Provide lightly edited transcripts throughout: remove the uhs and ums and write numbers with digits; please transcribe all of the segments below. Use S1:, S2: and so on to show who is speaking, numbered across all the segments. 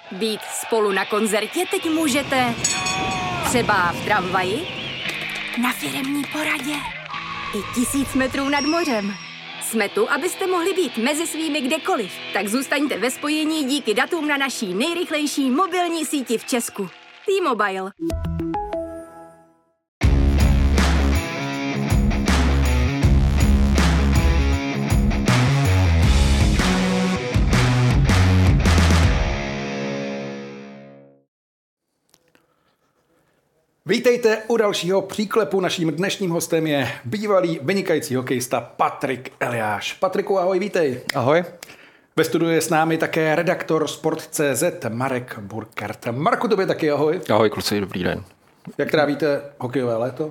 S1: Být spolu na koncertě teď můžete třeba v tramvaji, na firemní poradě i 1000 metrů nad mořem. Jsme tu, abyste mohli být mezi svými kdekoliv. Tak zůstaňte ve spojení díky datům na naší nejrychlejší mobilní síti v Česku. T-Mobile.
S2: Vítejte u dalšího příklepu. Naším dnešním hostem je bývalý vynikající hokejista Patrik Eliáš. Patriku, ahoj, vítej.
S3: Ahoj.
S2: Ve studiu je s námi také redaktor Sport.cz Marek Burkert. Marku, tobě taky ahoj.
S3: Ahoj kluci, dobrý den.
S2: Jak trávíte hokejové léto?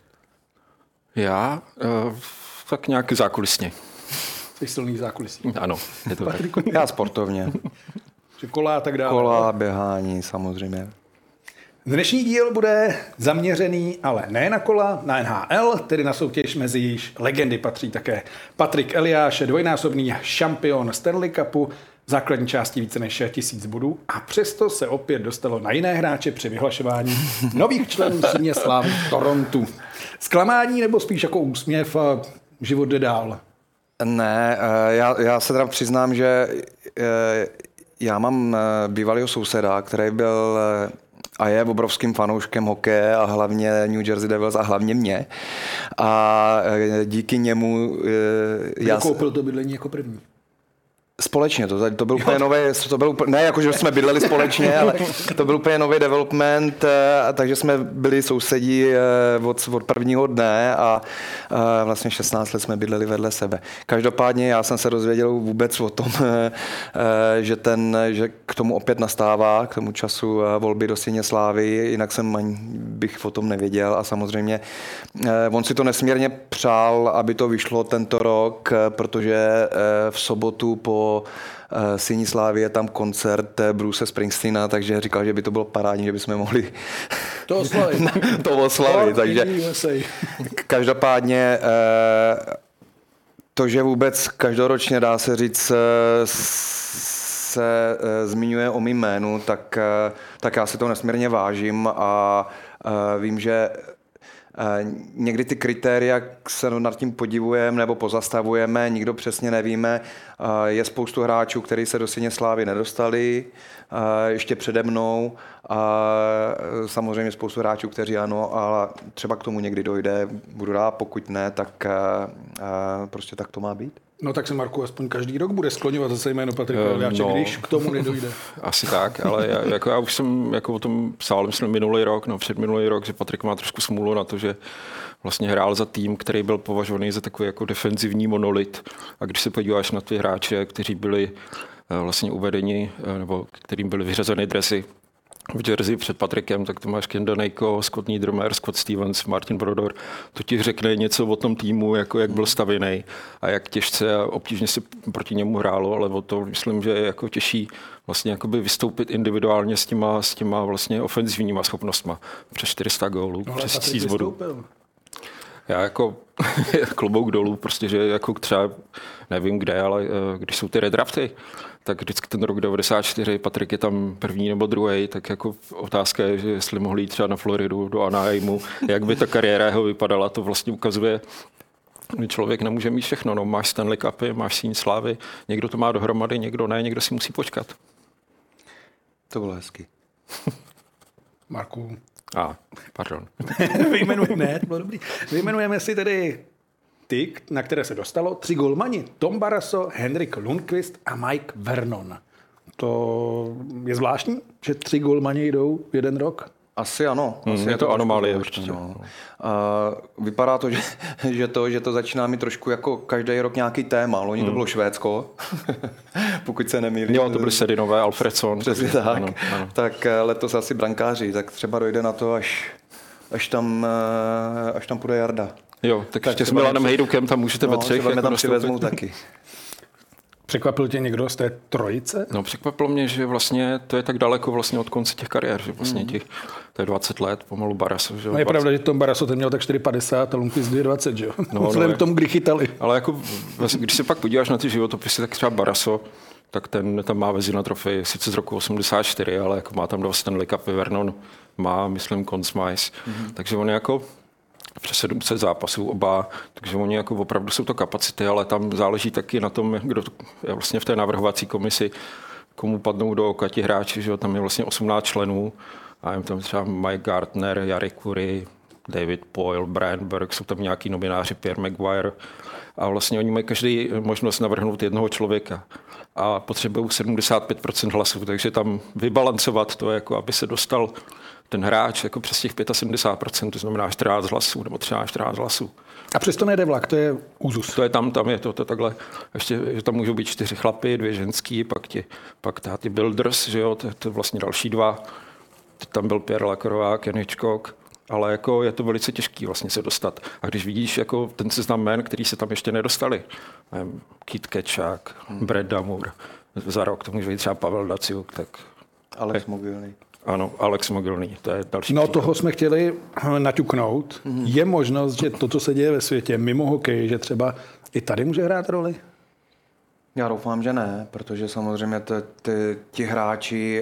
S3: Já? Tak nějak zákulisně.
S2: Jsi silný zákulisí.
S3: Ano, je to
S2: Patriku,
S3: tak. Já sportovně.
S2: Že kola a tak dále.
S3: Kola, běhání samozřejmě.
S2: Dnešní díl bude zaměřený ale ne na kola, na NHL, tedy na soutěž, mezi jejíž legendy patří také Patrik Eliáš, dvojnásobný šampion Stanley Cupu, v základní části více než 1000 bodů a přesto se opět dostalo na jiné hráče při vyhlašování nových členů síně slávy v Torontu. Zklamání nebo spíš jako úsměv a život jde dál?
S4: Ne, já se teda přiznám, že já mám bývalého souseda, který byl a je obrovským fanouškem hokeje a hlavně New Jersey Devils a hlavně mě. A díky němu...
S2: Já koupil to bydlení jako první.
S4: Společně, to byl úplně nový, ne jako, že jsme bydleli společně, ale to byl úplně nový development, takže jsme byli sousedí od prvního dne a vlastně 16 let jsme bydleli vedle sebe. Každopádně já jsem se dozvěděl vůbec o tom, že k tomu opět nastává, k tomu času volby do síně slávy, jinak bych o tom nevěděl a samozřejmě on si to nesmírně přál, aby to vyšlo tento rok, protože v sobotu po síni slávy je tam koncert Bruce Springsteena, takže říkal, že by to bylo parádní, že bychom mohli to oslavit. Takže každopádně to, že vůbec každoročně dá se říct se zmiňuje o mým jménu, tak já si to nesmírně vážím a vím, že někdy ty kritéria se nad tím podivujeme nebo pozastavujeme, nikdo přesně nevíme. Je spoustu hráčů, kteří se do síně slávy nedostali ještě přede mnou a samozřejmě spoustu hráčů, kteří ano, ale třeba k tomu někdy dojde, budu rád, pokud ne, tak prostě tak to má být.
S2: No tak se Marku aspoň každý rok bude skloňovat zase jméno Patrika Eliáše, když k tomu nedojde.
S3: Asi tak, ale já už jsem o tom psal, myslím předminulý rok, že Patrik má trošku smůlu na to, že vlastně hrál za tým, který byl považovaný za takový jako defenzivní monolit. A když se podíváš na ty hráče, kteří byli vlastně uvedeni, nebo kterým byly vyřazeny dresy v Jersey před Patrikem, tak to máš Ken Daneyko, Scott Niedermayer, Scott Stevens, Martin Brodeur. To ti řekne něco o tom týmu, jako jak byl stavěný a jak těžce a obtížně se proti němu hrálo, ale o to myslím, že je jako těžší vlastně jakoby vystoupit individuálně s těma vlastně ofenzivníma schopnostma. Přes 400 gólů, přes 1000 bodů. Já jako klobouk dolů, prostě, že jako třeba nevím kde, ale když jsou ty redrafty, tak vždycky ten rok 94, Patrik je tam první nebo druhý, tak jako otázka je, že jestli mohli jít třeba na Floridu, do Anaheimu, jak by ta kariéra jeho vypadala, to vlastně ukazuje, že člověk nemůže mít všechno. No, máš Stanley Cupy, máš síň slávy, někdo to má dohromady, někdo ne, někdo si musí počkat.
S4: To bylo hezky.
S2: Marku.
S3: Pardon.
S2: Vyjmenujeme si tedy ty, na které se dostalo, 3 golmani. Tom Barrasso, Henrik Lundqvist a Mike Vernon. To je zvláštní, že 3 golmani jdou v jeden rok?
S4: Asi ano.
S3: Je to anomálie určitě.
S4: No. Vypadá to, že to začíná mít trošku jako každý rok nějaký téma. Loni to bylo Švédsko, pokud se nemýlím.
S3: Jo, to byly Sedinové, Alfredsson.
S4: Přesně tak. Ano. Tak letos asi brankáři, tak třeba dojde na to, až tam půjde Jarda.
S3: Jo, tak ještě s Milanem Hejdukem tam můžete ve 3.
S4: Třeba mě tam přivezmou taky.
S2: Překvapil tě někdo z té trojice?
S3: No, překvapilo mě, že vlastně to je tak daleko vlastně od konce těch kariér, že vlastně to je 20 let, pomalu Barrasso. Že?
S2: No je pravda, že Tom Barrasso ten měl tak 4,50 a Lundqvist 2,20, že jo?
S3: No,
S2: vzhledem k tomu, kdy chytali.
S3: Ale jako, když se pak podíváš na ty životopisy, tak třeba Barrasso, tak ten tam má Vezina trofej, sice z roku 84, ale jako má tam 2 Stanley Cupy, Vernon má, myslím, Conn Smythe, takže on jako přes 700 zápasů oba, takže oni jako opravdu jsou to kapacity, ale tam záleží taky na tom, kdo je vlastně v té navrhovací komisi, komu padnou do oka ti hráči, že jo, tam je vlastně 18 členů a je tam třeba Mike Gartner, Jari Kurri, David Poile, Brian Burke, jsou tam nějaký novináři, Pierre Maguire a vlastně oni mají každý možnost navrhnout jednoho člověka a potřebují 75% hlasů, takže tam vybalancovat to, jako aby se dostal ten hráč jako přes těch 75%, to znamená 14 hlasů nebo třeba 14 hlasů.
S2: A přesto nejde vlak, to je úzus.
S3: To je tam je to takhle, ještě, že tam můžou být 4 chlapy, 2 ženský, pak ty Builders, že jo, to vlastně další 2. Tam byl Pierre Lacroix, Ken Hitchcock, ale jako je to velice těžký vlastně se dostat. A když vidíš jako ten seznam jmen, který se tam ještě nedostali, Kit Ketchak, Brad Damour, za rok to může být třeba Pavel Daciuk, tak...
S4: Alex Mogilny.
S3: Ano, Alex Mogilny, to je další.
S2: No toho jsme chtěli naťuknout. Je možnost, že to, co se děje ve světě mimo hokej, že třeba i tady může hrát roli?
S4: Já doufám, že ne, protože samozřejmě ti hráči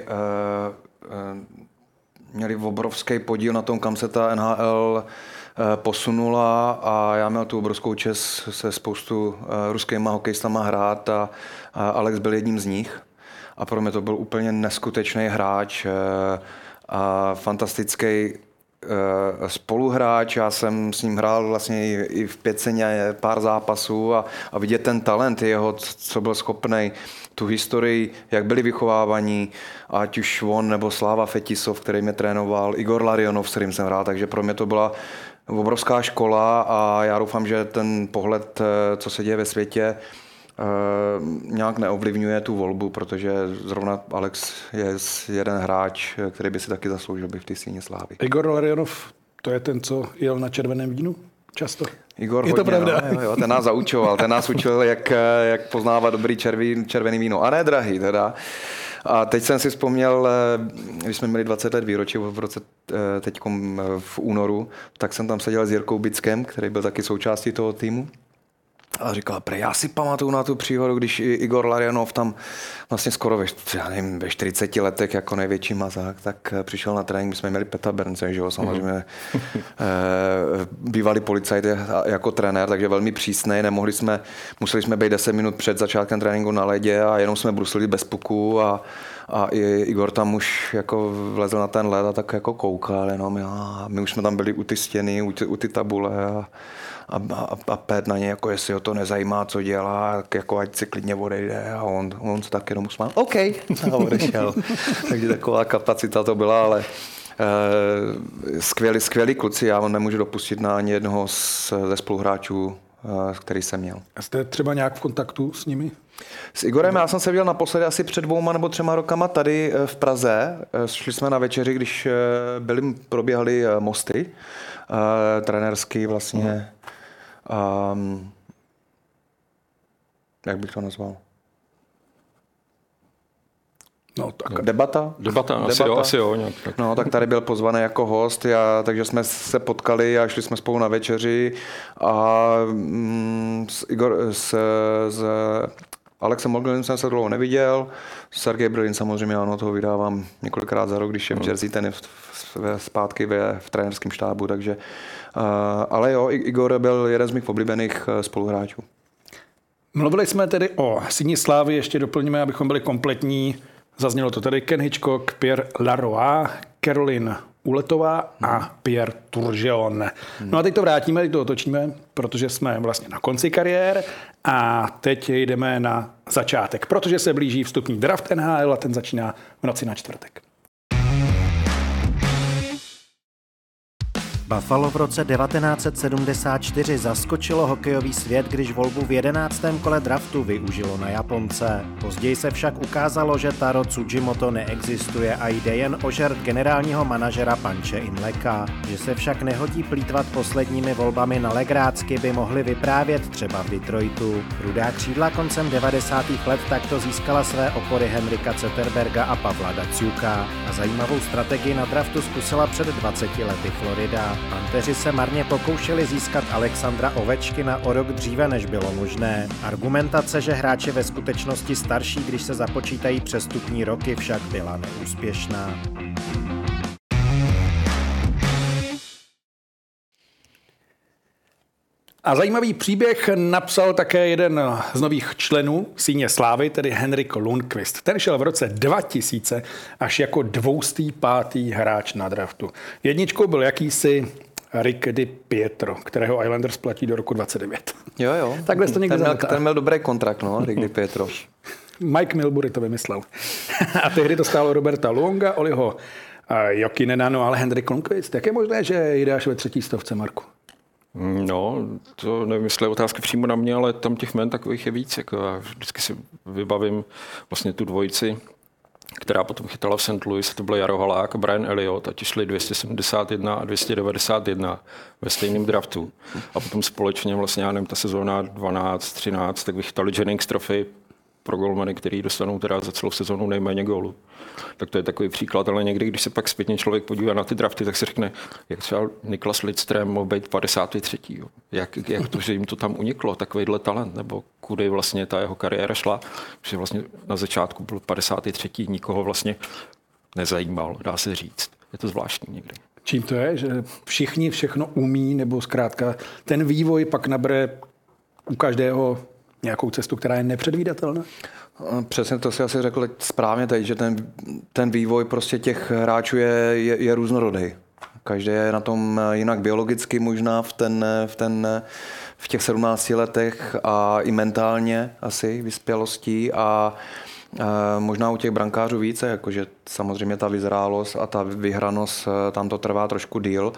S4: měli obrovský podíl na tom, kam se ta NHL posunula a já měl tu obrovskou čest se spoustu ruskýma hokejistama hrát a Alex byl jedním z nich. A pro mě to byl úplně neskutečný hráč a fantastický spoluhráč. Já jsem s ním hrál vlastně i v Pěceně pár zápasů a vidět ten talent jeho, co byl schopný, tu historii, jak byli vychovávaní, ať už on nebo Sláva Fetisov, který mě trénoval, Igor Larionov, s kterým jsem hrál, takže pro mě to byla obrovská škola a já doufám, že ten pohled, co se děje ve světě, nějak neovlivňuje tu volbu, protože zrovna Alex je jeden hráč, který by si taky zasloužil být v té síni slávy.
S2: Igor Larionov, to je ten, co jel na červeném vínu často?
S4: Igor
S2: je
S4: hodně,
S2: to pravda?
S4: No, jo, ten nás zaučoval, ten nás učil, jak poznávat dobrý červený víno. A ne drahý teda. A teď jsem si vzpomněl, když jsme měli 20 let výročí v roce teďkom v únoru, tak jsem tam seděl s Jirkou Bickem, který byl taky součástí toho týmu. A říkal, já si pamatuju na tu příhodu, když Igor Larionov tam vlastně skoro ve 40 letech jako největší mazák, tak přišel na trénink, my jsme měli Peta Bernse, že jo, samozřejmě bývalý policajt jako trenér, takže velmi přísnej, museli jsme být 10 minut před začátkem tréninku na ledě a jenom jsme bruslili bez puku a Igor tam už jako vlezl na ten led a tak jako koukal jenom a my už jsme tam byli u ty stěny, u ty tabule a Pet na ně, jako jestli ho to nezajímá, co dělá, jako ať si klidně odejde a on se tak jenom usmál. OK. A odešel. Takže taková kapacita to byla, ale skvělí kluci, já nemůžu dopustit na ani jednoho ze spoluhráčů, který jsem měl.
S2: A jste třeba nějak v kontaktu s nimi?
S4: S Igorem já jsem se viděl naposledy asi před 2 nebo 3 rokama tady v Praze. Šli jsme na večeři, když probíhaly mosty trenérský vlastně. Jak bych to nazval?
S2: No, tak.
S4: Debata,
S3: asi jo. Nějak, tak.
S4: No, tak tady byl pozvaný jako host, takže jsme se potkali a šli jsme spolu na večeři a s Alexem Mogilnym jsem se dlouho neviděl, Sergej Brilin samozřejmě, ano, toho vydávám několikrát za rok, když je v Jersey, ten je zpátky v trenérském štábu, takže, ale jo, Igor byl jeden z mých oblíbených spoluhráčů.
S2: Mluvili jsme tedy o síni slávy, ještě doplníme, abychom byli kompletní. Zaznělo to tady Ken Hitchcock, Pierre Lacroix, Caroline Uletová a Pierre Turgeon. No a teď to vrátíme, teď to otočíme, protože jsme vlastně na konci kariér a teď jdeme na začátek, protože se blíží vstupní draft NHL a ten začíná v noci na čtvrtek.
S5: Buffalo v roce 1974 zaskočilo hokejový svět, když volbu v 11. kole draftu využilo na Japonce. Později se však ukázalo, že Taro Tsujimoto neexistuje a jde jen o žert generálního manažera Punche Inleka. Že se však nehodí plýtvat posledními volbami na legrácky, by mohli vyprávět třeba v Detroitu. Rudá křídla koncem 90. let takto získala své opory Henrika Zetterberga a Pavla Datsjuka. A zajímavou strategii na draftu zkusila před 20 lety Florida. Panteři se marně pokoušeli získat Alexandra Ovečkina o rok dříve, než bylo možné. Argumentace, že hráč je ve skutečnosti starší, když se započítají přestupní roky, však byla neúspěšná.
S2: A zajímavý příběh napsal také jeden z nových členů Síně slávy, tedy Henrik Lundqvist. Ten šel v roce 2000 až jako 205. hráč na draftu. Jedničkou byl jakýsi Rick DiPietro, kterého Islanders platí do roku 29.
S4: Jo.
S2: Takhle to někdo
S4: ten měl dobrý kontrakt, no, Rick DiPietro.
S2: Mike Milbury to vymyslel. A tehdy to stálo Roberta Luonga, Oliho Jokinena, no ale Henrik Lundqvist. Jak je možné, že jde až ve 300, Marku?
S3: No, to nevím, jestli je otázka přímo na mě, ale tam těch jmen takových je víc. Jako já vždycky si vybavím vlastně tu dvojici, která potom chytala v St. Louis, to byl Jaro Halák a Brian Elliott, a ti šli 271 a 291 ve stejném draftu. A potom společně vlastně, já nevím, ta sezóna 12-13, tak vychytali Jennings Trophy pro golmany, který dostanou teda za celou sezónu nejméně gólů. Tak to je takový příklad, ale někdy, když se pak zpětně člověk podívá na ty drafty, tak se řekne, jak třeba Niklas Lidström mohl být 53. Jo. Jak to, že jim to tam uniklo, takovýhle talent, nebo kudy vlastně ta jeho kariéra šla, že vlastně na začátku byl 53. nikoho vlastně nezajímal, dá se říct. Je to zvláštní někdy.
S2: Čím to je, že všichni všechno umí, nebo zkrátka ten vývoj pak nabere u každého nějakou cestu, která je nepředvídatelná?
S4: Přesně to si asi řekl správně teď, že ten vývoj prostě těch hráčů je různorodý. Každý je na tom jinak biologicky možná v těch 17 letech a i mentálně asi vyspělostí a možná u těch brankářů více, jakože samozřejmě ta vyzrálost a ta vyhranost, tam to trvá trošku díl.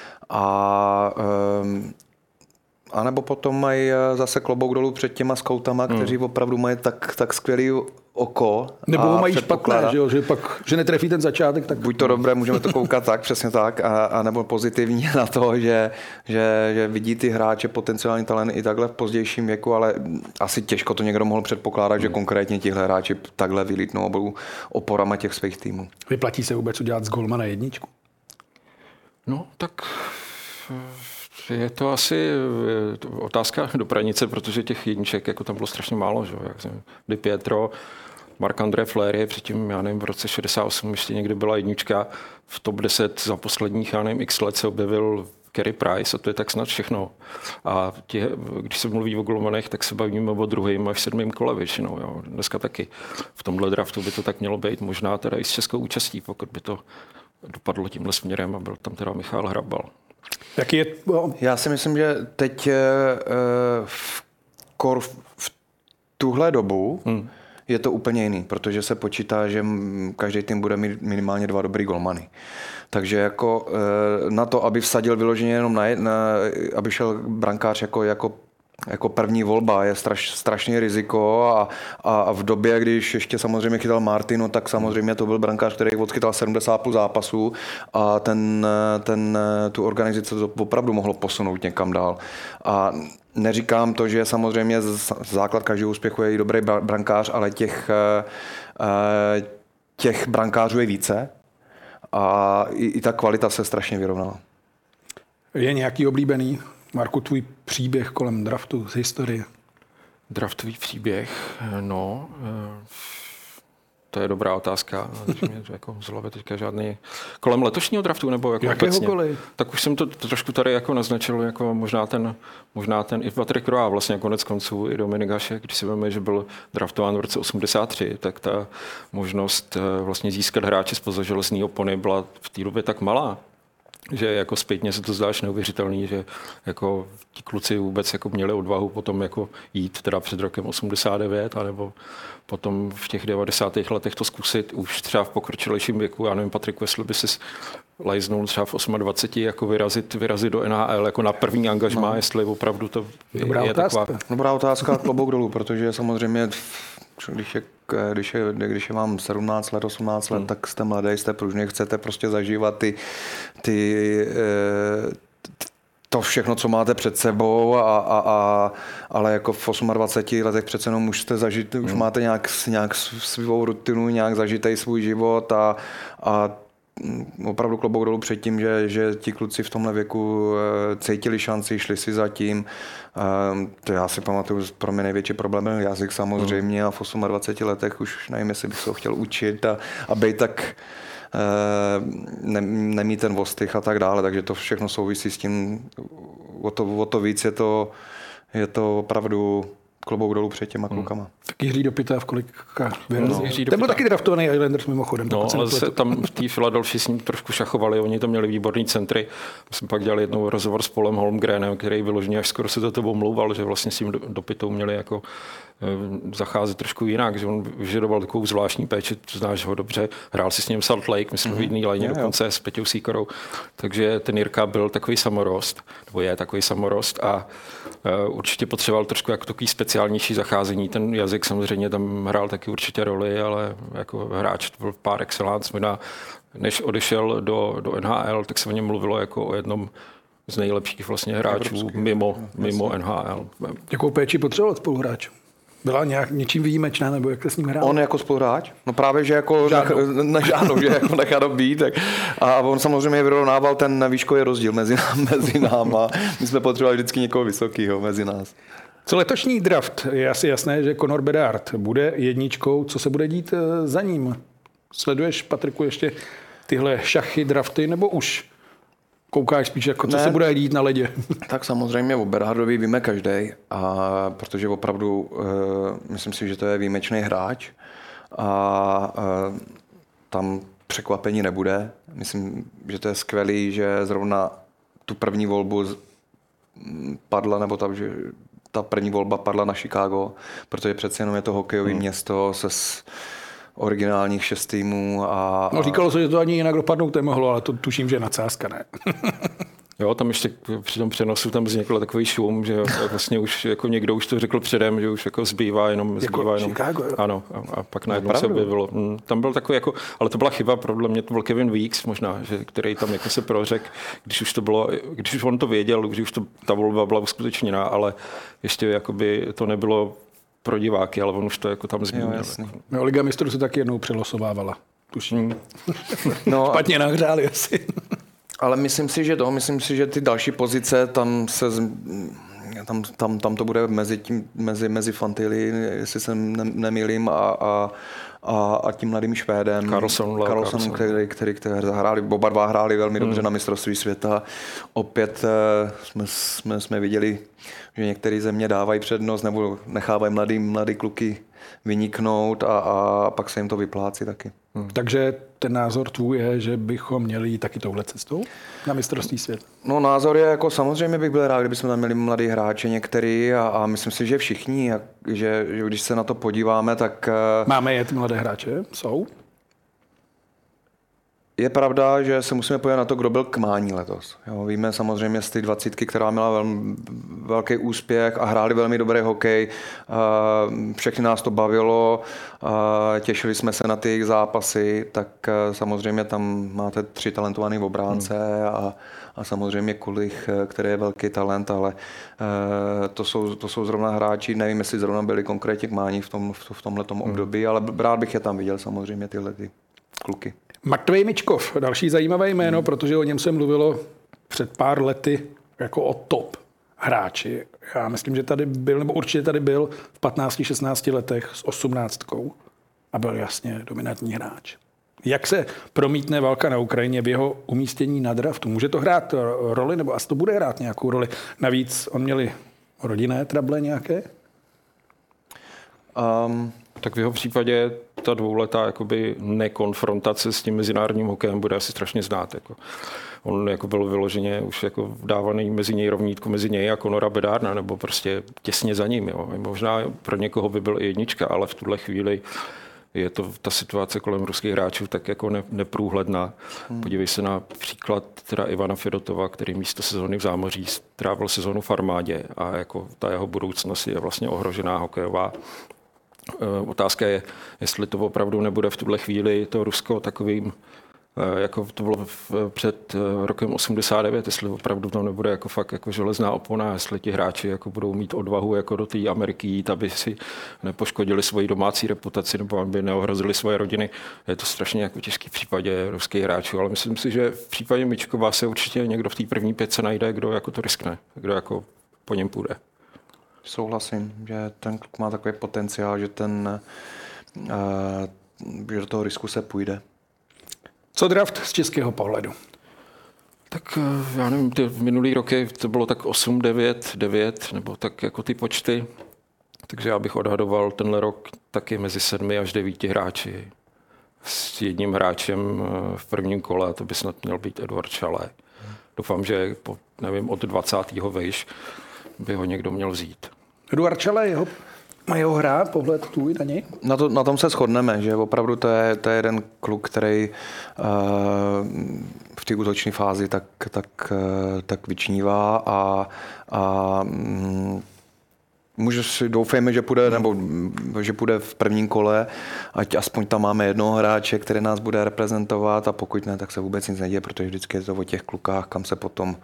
S4: A nebo potom mají zase klobouk dolů před těma skautama, kteří opravdu mají tak skvělý oko.
S2: Nebo mají špatné, že netrefí ten začátek. Tak...
S4: Buď to dobré, můžeme to koukat tak, přesně tak, a nebo pozitivní na to, že vidí ty hráče potenciální talent i takhle v pozdějším věku, ale asi těžko to někdo mohl předpokládat, že konkrétně tihle hráči takhle vylítnou a budou oporama těch svých týmů.
S2: Vyplatí se vůbec udělat z golmana jedničku?
S3: No, tak... Je to asi otázka do pranice, protože těch jedniček jako tam bylo strašně málo. Že? DiPietro, Marc-André Fleury, předtím, já nevím, v roce 68 ještě někdy byla jednička. V top 10 za posledních, já nevím, x let se objevil Carey Price a to je tak snad všechno. A když se mluví o golmanech, tak se bavíme o druhém až 7. kole většinou. Jo. Dneska taky v tomhle draftu by to tak mělo být, možná teda i s českou účastí, pokud by to dopadlo tímhle směrem a byl tam teda Michal Hrabal.
S2: Jaký je...
S4: Já si myslím, že teď v tuhle dobu je to úplně jiný, protože se počítá, že každý tým bude mít minimálně 2 dobrý golmany. Takže jako na to, aby vsadil vyloženě jenom aby šel brankář jako první volba, je strašný riziko a v době, když ještě samozřejmě chytal Martinu, tak samozřejmě to byl brankář, který odchytal 70+ zápasů a tu organizaci to opravdu mohlo posunout někam dál. A neříkám to, že samozřejmě základ každého úspěchu je i dobrý brankář, ale těch brankářů je více a i ta kvalita se strašně vyrovnala.
S2: Je nějaký oblíbený, Marku, tvůj příběh kolem draftu z historie?
S3: Draftový příběh? No, to je dobrá otázka. Jako z hlavy teďka žádný... Kolem letošního draftu nebo jako obecně? Tak už jsem to trošku tady jako naznačil, jako možná ten i Patrick Roy, vlastně konec konců i Dominik Hasek, když si veme, že byl draftován v roce 83, tak ta možnost vlastně získat hráče zpoza železný opony byla v té době tak malá, že jako zpětně se to zdá neuvěřitelný, že jako ti kluci vůbec jako měli odvahu potom jako jít teda před rokem 89, anebo potom v těch 90. letech to zkusit už třeba v pokročilejším věku. Já nevím, Patrik Wessel by si lajznul třeba v 28 jako vyrazit do NHL jako na první angažmá, jestli opravdu to je taková...
S4: Dobrá otázka, klobouk dolů, protože samozřejmě když je vám 17 let, 18 let, tak jste mladý, jste pružný, chcete prostě zažívat to všechno, co máte před sebou, ale jako v 28 letech přece jenom už jste zažít, už máte nějak svou rutinu, nějak zažitej svůj život a opravdu klobouk dolů před tím, že ti kluci v tomhle věku cítili šanci, šli si za tím. To já si pamatuju, pro mě největší problém byl jazyk samozřejmě a v 28 letech už nevím, jestli bych se ho chtěl učit a být tak nemít ten ostych a tak dále, takže to všechno souvisí s tím, o to víc je to opravdu klobouk dolů před těma klukama.
S2: Tak Jiří Dopita v kolika verzích. Ten byl taky draftovaný Islanders mimochodem.
S3: No, ale se tam v té Philadelphii s ním trošku šachovali, oni tam měli výborný centry. My jsme pak dělali jednou rozhovor s Paulem Holmgrenem, který vyloženě až skoro se do toho omlouval, že vlastně s tím Dopitou měli jako zacházet trošku jinak, že on vyžadoval takovou zvláštní péči, znáš ho dobře, hrál si s ním Salt Lake, myslím, v jedné lajně dokonce s Peťou Sýkorou, takže ten Jirka byl takový samorost, nebo je takový samorost a určitě potřeboval trošku jako takový speciálnější zacházení. Ten jazyk samozřejmě tam hrál taky určitě roli, ale jako hráč byl par excellence. Možná než odešel do NHL, tak se o něm mluvilo jako o jednom z nejlepších vlastně hráčů mimo NHL.
S2: Jakou péči potřeboval spoluhráč? Byla něčím výjimečná, nebo jak se s ním hrál?
S4: On jako spoluhráč? No právě, že jako žádnou, že jako nechá být. Tak. A on samozřejmě vyrovnával ten výškový rozdíl mezi náma. My jsme potřebovali vždycky někoho vysokého mezi nás.
S2: Co letošní draft? Je asi jasné, že Connor Bedard bude jedničkou. Co se bude dít za ním? Sleduješ, Patriku, ještě tyhle šachy, drafty, nebo už koukáš spíš, jako co se bude dít na ledě?
S4: Tak samozřejmě o Bedhardovi víme každý, protože opravdu myslím si, že to je výjimečný hráč a tam překvapení nebude. Myslím, že to je skvělý, že zrovna tu první volbu padla, nebo že ta první volba padla na Chicago, protože přece jenom je to hokejové město se originálních 6 týmů.
S2: No říkalo se, že to ani jinak dopadnout nemohlo, ale to tuším, že je nadsázka, ne?
S3: Jo, tam ještě při tom přenosu tam vznikl takový šum, že vlastně už jako někdo už to řekl předem, že už jako zbývá jenom.
S2: Chicago, jo?
S3: Ano, a pak najednou se objevilo. Tam byl takový jako, ale to byla chyba, podle mě to byl Kevin Weeks možná, že, který tam jako se prořekl, když už on to věděl, když už ta volba byla uskutečněná, ale ještě jakoby to nebylo pro diváky, ale on už to jako tam zmínil.
S2: No, Liga mistrů se taky jednou přelosovávala. Tuším. Špatně nahřáli asi.
S4: Ale myslím si, že ty další pozice, tam to bude mezi Fantilli, jestli se nemýlím, a tím mladým Švédem. Karlsson, který hráli, oba dva hráli velmi dobře na mistrovství světa. Opět jsme viděli, že některé země dávají přednost nebo nechávají mladý kluky vyniknout a pak se jim to vyplácí taky.
S2: Takže ten názor tvůj je, že bychom měli jít taky touhle cestou na mistrovství světa?
S4: No názor je, jako samozřejmě bych byl rád, kdybychom tam měli mladý hráče některý a myslím si, že všichni, že když se na to podíváme, tak...
S2: Máme jet mladé hráče? Jsou?
S4: Je pravda, že se musíme podívat na to, kdo byl k mání letos. Jo, víme samozřejmě z ty 20, která měla velký úspěch a hráli velmi dobrý hokej. Všechny nás to bavilo, těšili jsme se na ty jejich zápasy, tak samozřejmě tam máte 3 talentované obránce a samozřejmě Kulich, který je velký talent, ale to jsou zrovna hráči, nevím, jestli zrovna byli konkrétně k mání v tomhletom období, ale rád bych je tam viděl samozřejmě tyhle ty kluky.
S2: Matvej Mičkov, další zajímavé jméno, protože o něm se mluvilo před pár lety jako o top hráči. Já myslím, že tady byl, nebo určitě tady byl v 15-16 letech s 18 a byl jasně dominantní hráč. Jak se promítne válka na Ukrajině v jeho umístění na draftu? Může to hrát roli, nebo asi to bude hrát nějakou roli? Navíc on měli rodinné trable nějaké?
S3: Tak v jeho případě ta dvouletá jakoby nekonfrontace s tím mezinárodním hokejem bude asi strašně znát. Jako. On jako byl vyloženě už jako dávaný mezi něj rovnítko mezi něj a Connora Bedardna, nebo prostě těsně za ním. Jo. Možná pro někoho by byl i jednička, ale v tuhle chvíli je to ta situace kolem ruských hráčů tak jako neprůhledná. Podívej se na příklad teda Ivana Fedotova, který místo sezóny v zámoří strávil sezónu v armádě a jako ta jeho budoucnost je vlastně ohrožená hokejová. Otázka je, jestli to opravdu nebude v tuhle chvíli to Rusko takovým Jako to bylo před rokem 89, jestli opravdu tam nebude jako fakt jako železná opona, jestli ti hráči jako budou mít odvahu jako do té Ameriky jít, aby si nepoškodili svoji domácí reputaci nebo aby neohrozili svoje rodiny. Je to strašně jako těžký v případě ruských hráčů, ale myslím si, že v případě Mičkova se určitě někdo v té první pětce najde, kdo jako to riskne, kdo jako po něm půjde.
S4: Souhlasím, že ten kluk má takový potenciál, že že do toho risku se půjde.
S2: Co draft z českého pohledu?
S3: Tak já nevím, ty minulý roky to bylo tak 8, 9, nebo tak jako ty počty. Takže já bych odhadoval tenhle rok taky mezi 7 až 9 hráči. S jedním hráčem v prvním kole, a to by snad měl být Eduard Šalé. Doufám, že od 20. vejš by ho někdo měl vzít.
S2: Eduard Šalé, jeho hra, pohled tvůj na něj?
S4: Na tom se shodneme, že opravdu to je jeden kluk, který v té útoční fázi tak vyčnívá a doufejme, že půjde, nebo že půjde v prvním kole, ať aspoň tam máme jednoho hráče, který nás bude reprezentovat a pokud ne, tak se vůbec nic neděje, protože vždycky je to o těch klukách, kam se potom,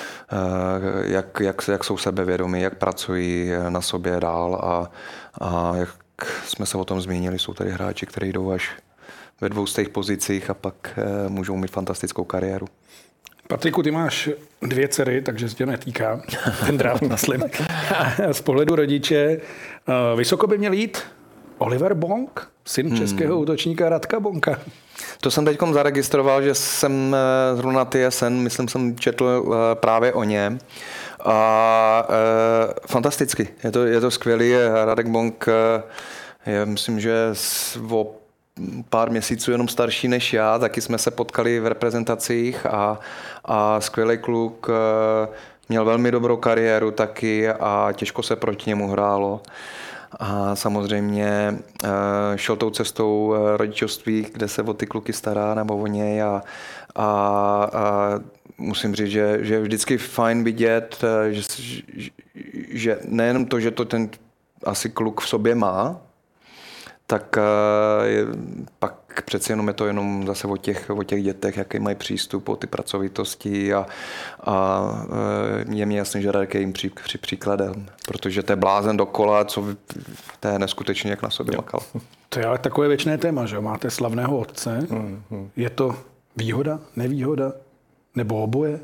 S4: jak jsou sebevědomí, jak pracují na sobě dál a jak jsme se o tom zmínili, jsou tady hráči, kteří jdou až ve 200 pozicích a pak můžou mít fantastickou kariéru.
S2: Patriku, ty máš 2 dcery, takže se tě netýká ten draft, myslím. Z pohledu rodiče, vysoko by měl jít Oliver Bonk, syn českého útočníka Radka Bonka.
S4: To jsem teď zaregistroval, že jsem zrovna na TSN, myslím, jsem četl právě o něm. A fantasticky, je to skvělý. Radek Bonk je, myslím, že o pár měsíců jenom starší než já, taky jsme se potkali v reprezentacích a skvělý kluk, měl velmi dobrou kariéru taky a těžko se proti němu hrálo. A samozřejmě šel tou cestou rodičovství, kde se o ty kluky stará nebo o něj a musím říct, že je vždycky fajn vidět, že nejenom to, že to ten asi kluk v sobě má, tak pak přeci jenom je to jenom zase o těch dětech, jaký mají přístup, o ty pracovitosti a je mi jasný, že Radek je jim příkladem, protože to je blázen dokola, to je neskutečně, jak na sobě makal.
S2: To je ale takové věčné téma, že máte slavného otce. Je to výhoda, nevýhoda, nebo oboje?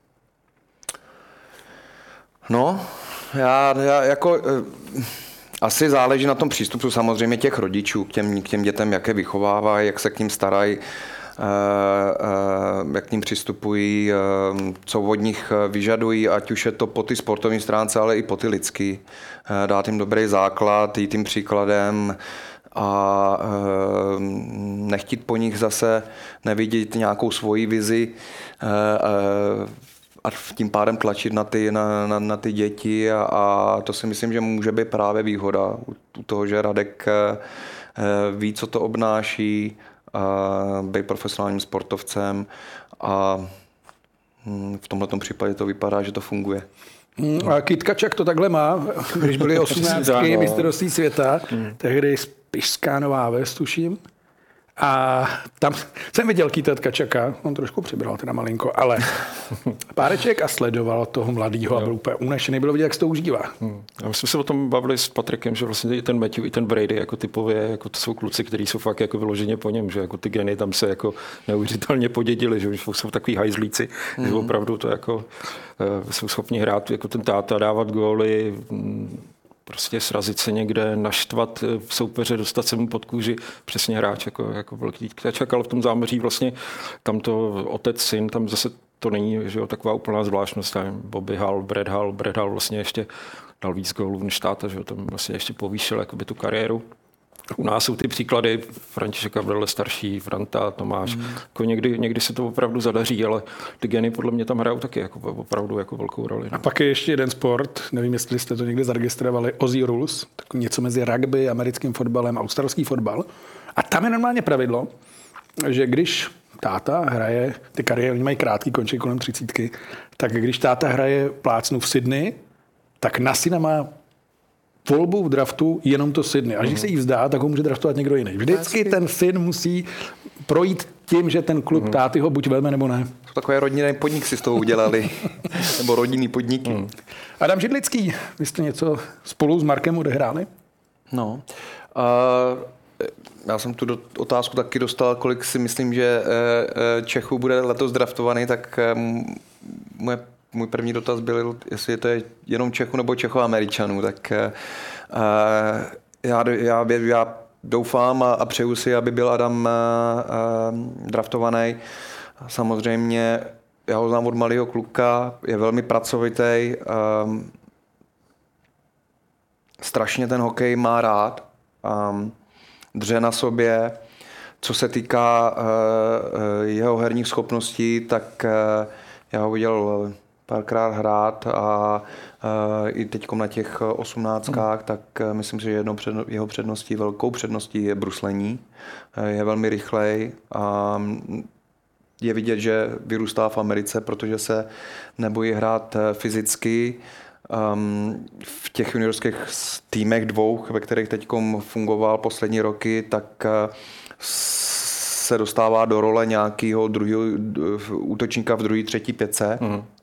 S4: No, já jako... Asi záleží na tom přístupu samozřejmě těch rodičů k těm dětem, jak je vychovávají, jak se k ním starají, jak k ním přistupují, co od nich vyžadují, ať už je to po ty sportovní stránce, ale i po ty lidský. Dát jim dobrý základ, jít tím příkladem a nechtít po nich zase nevidět nějakou svoji vizi a tím pádem tlačit na ty děti a to si myslím, že může být právě výhoda u toho, že Radek ví, co to obnáší, být profesionálním sportovcem a v tomto případě to vypadá, že to funguje.
S2: A Kit Kačak to takhle má, když byli 18. mistrovství světa, tehdy Spišská Nová Ves, tuším. A tam jsem viděl Kita Kačaka, on trošku přibral teda malinko, ale páreček a sledoval toho mladýho a byl úplně unešený, bylo vidět, jak se to užívá.
S3: A my jsme se o tom bavili s Patrikem, že vlastně i ten Matthew, i ten Brady, jako typově, jako to jsou kluci, kteří jsou fakt jako vyloženě po něm, že jako ty geny tam se jako neuvěřitelně podědili, že jsou takový hajzlíci, že opravdu to jako jsou schopni hrát jako ten táta, dávat góly, prostě srazit se někde, naštvat soupeře, dostat se mu pod kůži, přesně hráč jako velký Kačak, ale v tom zámoří vlastně tam to otec, syn, tam zase to není, že jo, taková úplná zvláštnost. Bobby Hall, Brad Hall vlastně ještě dal víc gólů než táta, že jo, tam vlastně ještě povýšil jakoby tu kariéru. U nás jsou ty příklady František Gavrele starší, Franta, Tomáš. Jako někdy se to opravdu zadaří, ale ty geny podle mě tam hrajou taky jako opravdu jako velkou roli.
S2: A pak je ještě jeden sport, nevím, jestli jste to někdy zaregistrovali, Aussie Rules, tak něco mezi rugby, americkým fotbalem a australský fotbal. A tam je normálně pravidlo, že když táta hraje, ty kariéry, oni mají krátký, končí kolem 30, tak když táta hraje plácnu v Sydney, tak na syna má volbu v draftu jenom to Sydney. A když se jí vzdá, tak ho může draftovat někdo jiný. Vždycky ten syn musí projít tím, že ten klub táty ho buď vezme, nebo ne.
S4: Takové rodinný podnik si z toho udělali. Nebo rodinný podniky.
S2: Adam Židlický, vy jste něco spolu s Markem odehráli?
S4: No. Já jsem tu otázku taky dostal, kolik si myslím, že Čechů bude letos draftovaný, tak můj první dotaz byl, jestli to je jenom Čechů nebo Čechoameričanů. Tak já doufám a přeju si, aby byl Adam draftovaný. Samozřejmě já ho znám od malého kluka, je velmi pracovitý, strašně ten hokej má rád, dře na sobě. Co se týká jeho herních schopností, tak já ho viděl párkrát hrát a i teď na těch 18kách, tak myslím si, že jeho předností, velkou předností je bruslení. Je velmi rychlej a je vidět, že vyrůstá v Americe, protože se nebojí hrát fyzicky. V těch juniorských týmech dvou, ve kterých teď fungoval poslední roky, tak se dostává do role nějakého druhého útočníka v druhé, třetí pětce.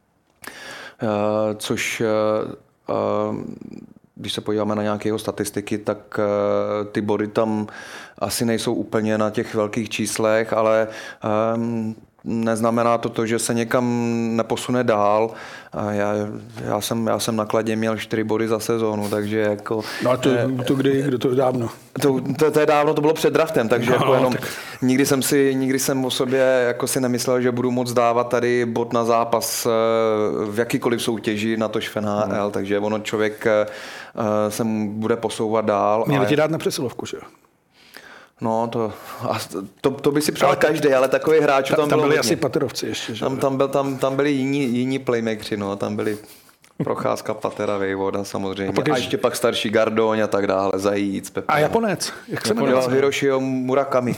S4: Což když se podíváme na nějaké jeho statistiky, tak ty body tam asi nejsou úplně na těch velkých číslech, ale neznamená to, že se někam neposune dál. Já jsem na Kladě měl 4 body za sezónu, takže jako...
S2: No a to kdy to je dávno?
S4: To je dávno, to bylo před draftem, takže no, jako jenom tak... nikdy jsem o sobě jako si nemyslel, že budu moc dávat tady bod na zápas v jakýkoliv soutěži, natož v NHL, takže ono člověk se bude posouvat dál.
S2: Měli ti dát na přesilovku, že jo?
S4: No, to by si přál každý, ale takový hráčů tam bylo
S2: byli
S4: hodně.
S2: asi Paterovci ještě, že?
S4: Tam byli jiní playmakeri, no, tam byli Procházka, Patera, Vejvoda samozřejmě. A ještě pak starší Gardoň a tak dále, Zajíc, Pepe.
S2: A Japonec, jak se jmenuje?
S4: Hiroshio Murakami.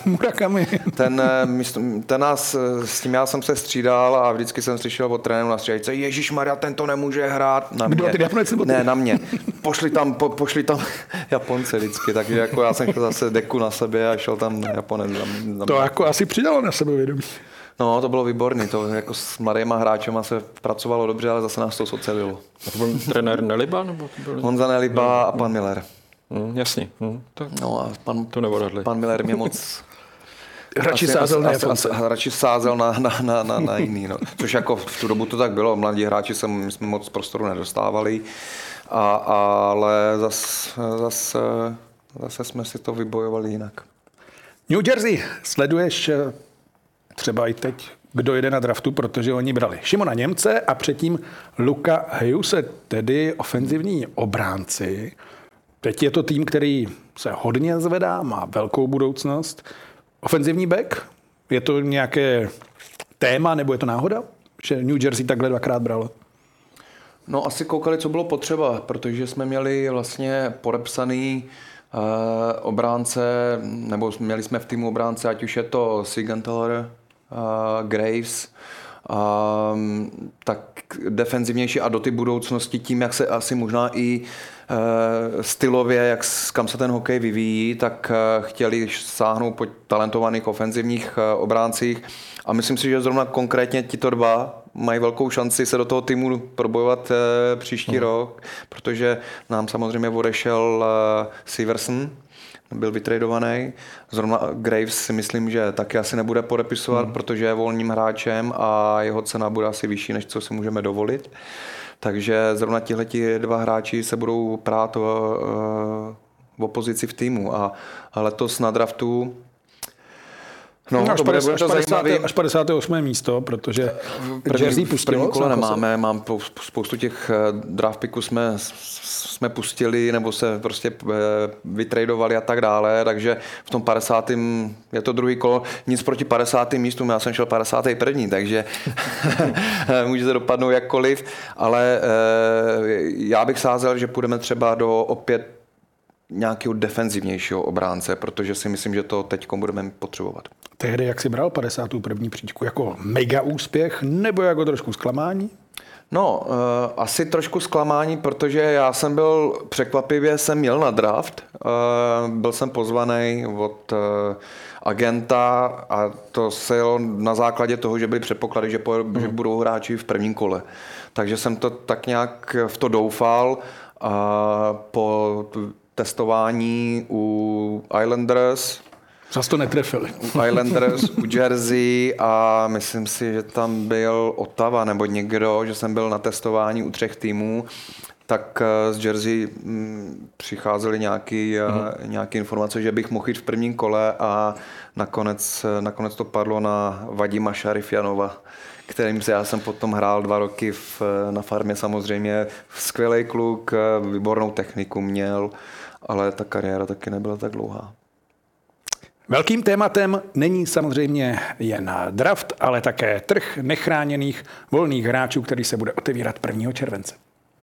S4: Ten nás, s tím já jsem se střídal a vždycky jsem slyšel od trenéru na střídačce, ježišmarja, ten to nemůže hrát. Na mě.
S2: Ty Japonec nebo ty?
S4: Ne, na mě. Pošli tam Japonce vždycky, takže jako já jsem šel zase deku na sebe a šel tam Japonec.
S2: To jako asi přidalo na sebevědomí.
S4: No, to bylo výborný, to jako s mladýma hráčema se pracovalo dobře, ale zase nás to socelilo.
S3: A to byl trenér Neliba? Nebo to byl...
S4: Honza Neliba a pan Miller.
S3: Jasně.
S4: No a pan Miller mě moc...
S2: Radši sázel na Japonce.
S4: Radši sázel na jiný. No. Což jako v tu dobu to tak bylo. Mladí hráči jsme moc prostoru nedostávali, ale zase jsme si to vybojovali jinak.
S2: New Jersey, sleduješ třeba i teď, kdo jede na draftu, protože oni brali Šimona Němce a předtím Luka Hughese, tedy ofenzivní obránci. Teď je to tým, který se hodně zvedá, má velkou budoucnost. Ofenzivní back? Je to nějaké téma, nebo je to náhoda, že New Jersey takhle dvakrát bralo?
S4: No asi koukali, co bylo potřeba, protože jsme měli vlastně podepsaný obránce, nebo měli jsme v týmu obránce, ať už je to Siegenthaler, Graves, tak defenzivnější a do ty budoucnosti tím, jak se asi možná i stylově, kam se ten hokej vyvíjí, tak chtěli sáhnout po talentovaných ofenzivních obráncích a myslím si, že zrovna konkrétně tito dva mají velkou šanci se do toho týmu probojovat příští rok, protože nám samozřejmě odešel Severson, byl vytradovaný. Zrovna Graves si myslím, že taky asi nebude podepisovat, protože je volným hráčem a jeho cena bude asi vyšší, než co si můžeme dovolit. Takže zrovna tihleti dva hráči se budou prát v opozici v týmu. A letos na draftu
S2: až 58. místo, protože Jersey pustilo.
S4: První kolo nemáme, spoustu těch draft picků jsme pustili nebo se prostě vytradovali a tak dále, takže v tom 50. je to druhý kolo, nic proti 50. místům, já jsem šel 51. takže může to dopadnout jakkoliv, ale já bych sázel, že půjdeme třeba do opět nějakého defenzivnějšího obránce, protože si myslím, že to teď budeme potřebovat.
S2: Tehdy, jak jsi bral 51. příčku, jako mega úspěch nebo jako trošku zklamání?
S4: No, asi trošku zklamání, protože já jsem překvapivě jsem měl na draft, byl jsem pozvaný od agenta a to se jelo na základě toho, že byly předpoklady, že budou hráči v prvním kole. Takže jsem to tak nějak v to doufal a po testování u Islanders,
S2: Zas to netrefili.
S4: U Islanders, u Jersey a myslím si, že tam byl Ottawa nebo někdo, že jsem byl na testování u 3 týmů, tak z Jersey přicházely nějaké informace, že bych mohl jít v prvním kole a nakonec to padlo na Vadima Šarifjanova, kterým já jsem potom hrál 2 roky na farmě samozřejmě. Skvělý kluk, výbornou techniku měl, ale ta kariéra taky nebyla tak dlouhá.
S2: Velkým tématem není samozřejmě jen draft, ale také trh nechráněných volných hráčů, který se bude otevírat 1. července.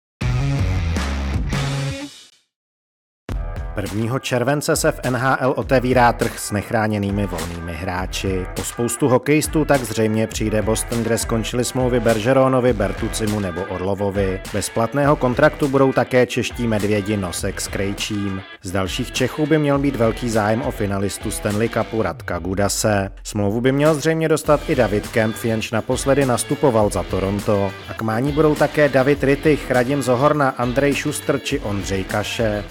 S5: 1. července se v NHL otevírá trh s nechráněnými volnými hráči. Po spoustu hokejistů tak zřejmě přijde Boston, kde skončily smlouvy Bergeronovi, Bertucimu nebo Orlovovi. Bez platného kontraktu budou také čeští medvědi Nosek s Krejčím. Z dalších Čechů by měl být velký zájem o finalistu Stanley Cupu Radka Gudase. Smlouvu by měl zřejmě dostat i David Kempf, jenž naposledy nastupoval za Toronto. A k mání budou také David Rittich, Radim Zohorna, Andrej Šustr či Ondřej Kaše.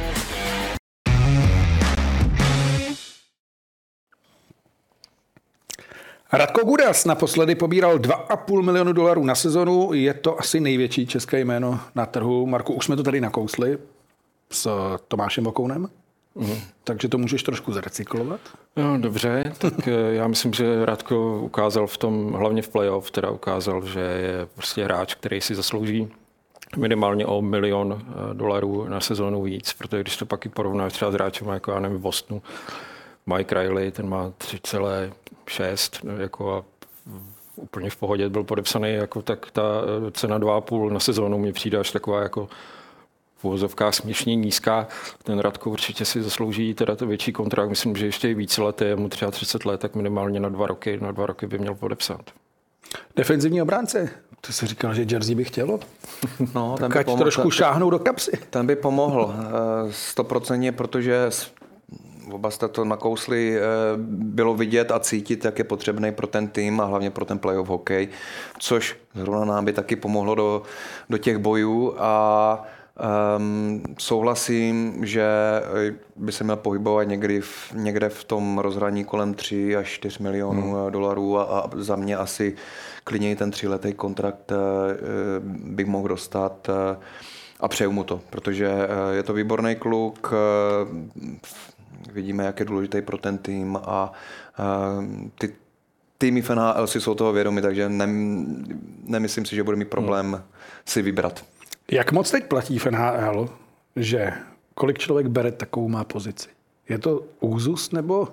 S2: Radko Gudas naposledy pobíral $2,5 milionu na sezonu. Je to asi největší české jméno na trhu. Marku, už jsme to tady nakousli s Tomášem Vokounem, takže to můžeš trošku zrecyklovat.
S3: No, dobře, tak já myslím, že Radko ukázal v tom, hlavně v playoff, teda ukázal, že je prostě hráč, který si zaslouží minimálně o $1 milion na sezónu víc, protože když to pak i porovnáš třeba s hráčem jako já nevím v Bostonu, Mike Riley, ten má 3,6 jako a úplně v pohodě byl podepsaný, jako tak ta cena 2,5 na sezónu mi přijde až taková jako v uvozovkách směšně nízká. Ten Radko určitě si zaslouží teda to větší kontrakt, myslím, že ještě i více let, je mu třeba 30 let, tak minimálně na 2 roky by měl podepsat.
S2: Defenzivní obránce, ty jsi říkal, že Jersey by chtělo.
S4: No,
S2: tak ať trošku šáhnou do kapsy.
S4: Ten by pomohl 100%, protože oba jste to nakousli, bylo vidět a cítit, jak je potřebný pro ten tým a hlavně pro ten playoff hokej, což zrovna nám by taky pomohlo do těch bojů a souhlasím, že by se měl pohybovat někde v tom rozhraní kolem 3 až 4 milionů dolarů a za mě asi klidně ten 3letý kontrakt bych mohl dostat a přeju mu to, protože je to výborný kluk, vidíme, jak je důležitý pro ten tým a ty týmy v NHL si jsou toho vědomi, takže nemyslím si, že bude mít problém si vybrat.
S2: Jak moc teď platí v NHL, že kolik člověk bere, takovou má pozici? Je to úzus nebo?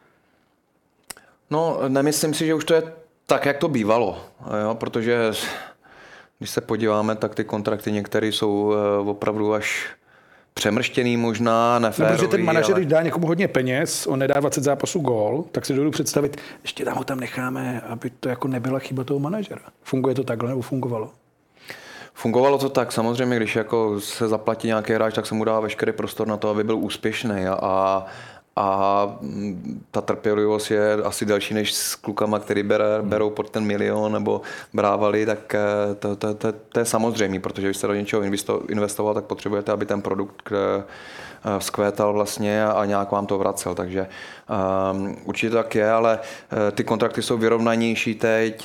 S4: No, nemyslím si, že už to je tak, jak to bývalo, jo? Protože když se podíváme, tak ty kontrakty některé jsou opravdu až přemrštěný možná, neférový.
S2: Protože ten manažer, když dá někomu hodně peněz, on nedá 20 zápasů gól, tak si dovedu představit, ještě tam ho tam necháme, aby to jako nebyla chyba toho manažera. Funguje to takhle nebo fungovalo?
S4: Fungovalo to tak, samozřejmě, když jako se zaplatí nějaký hráč, tak se mu dá veškerý prostor na to, aby byl úspěšný a ta trpělivost je asi další než s klukama, který berou pod ten milion nebo brávali, tak to je samozřejmé, protože když jste do něčeho investoval, tak potřebujete, aby ten produkt vzkvétal vlastně a nějak vám to vracel, takže určitě tak je, ale ty kontrakty jsou vyrovnanější teď,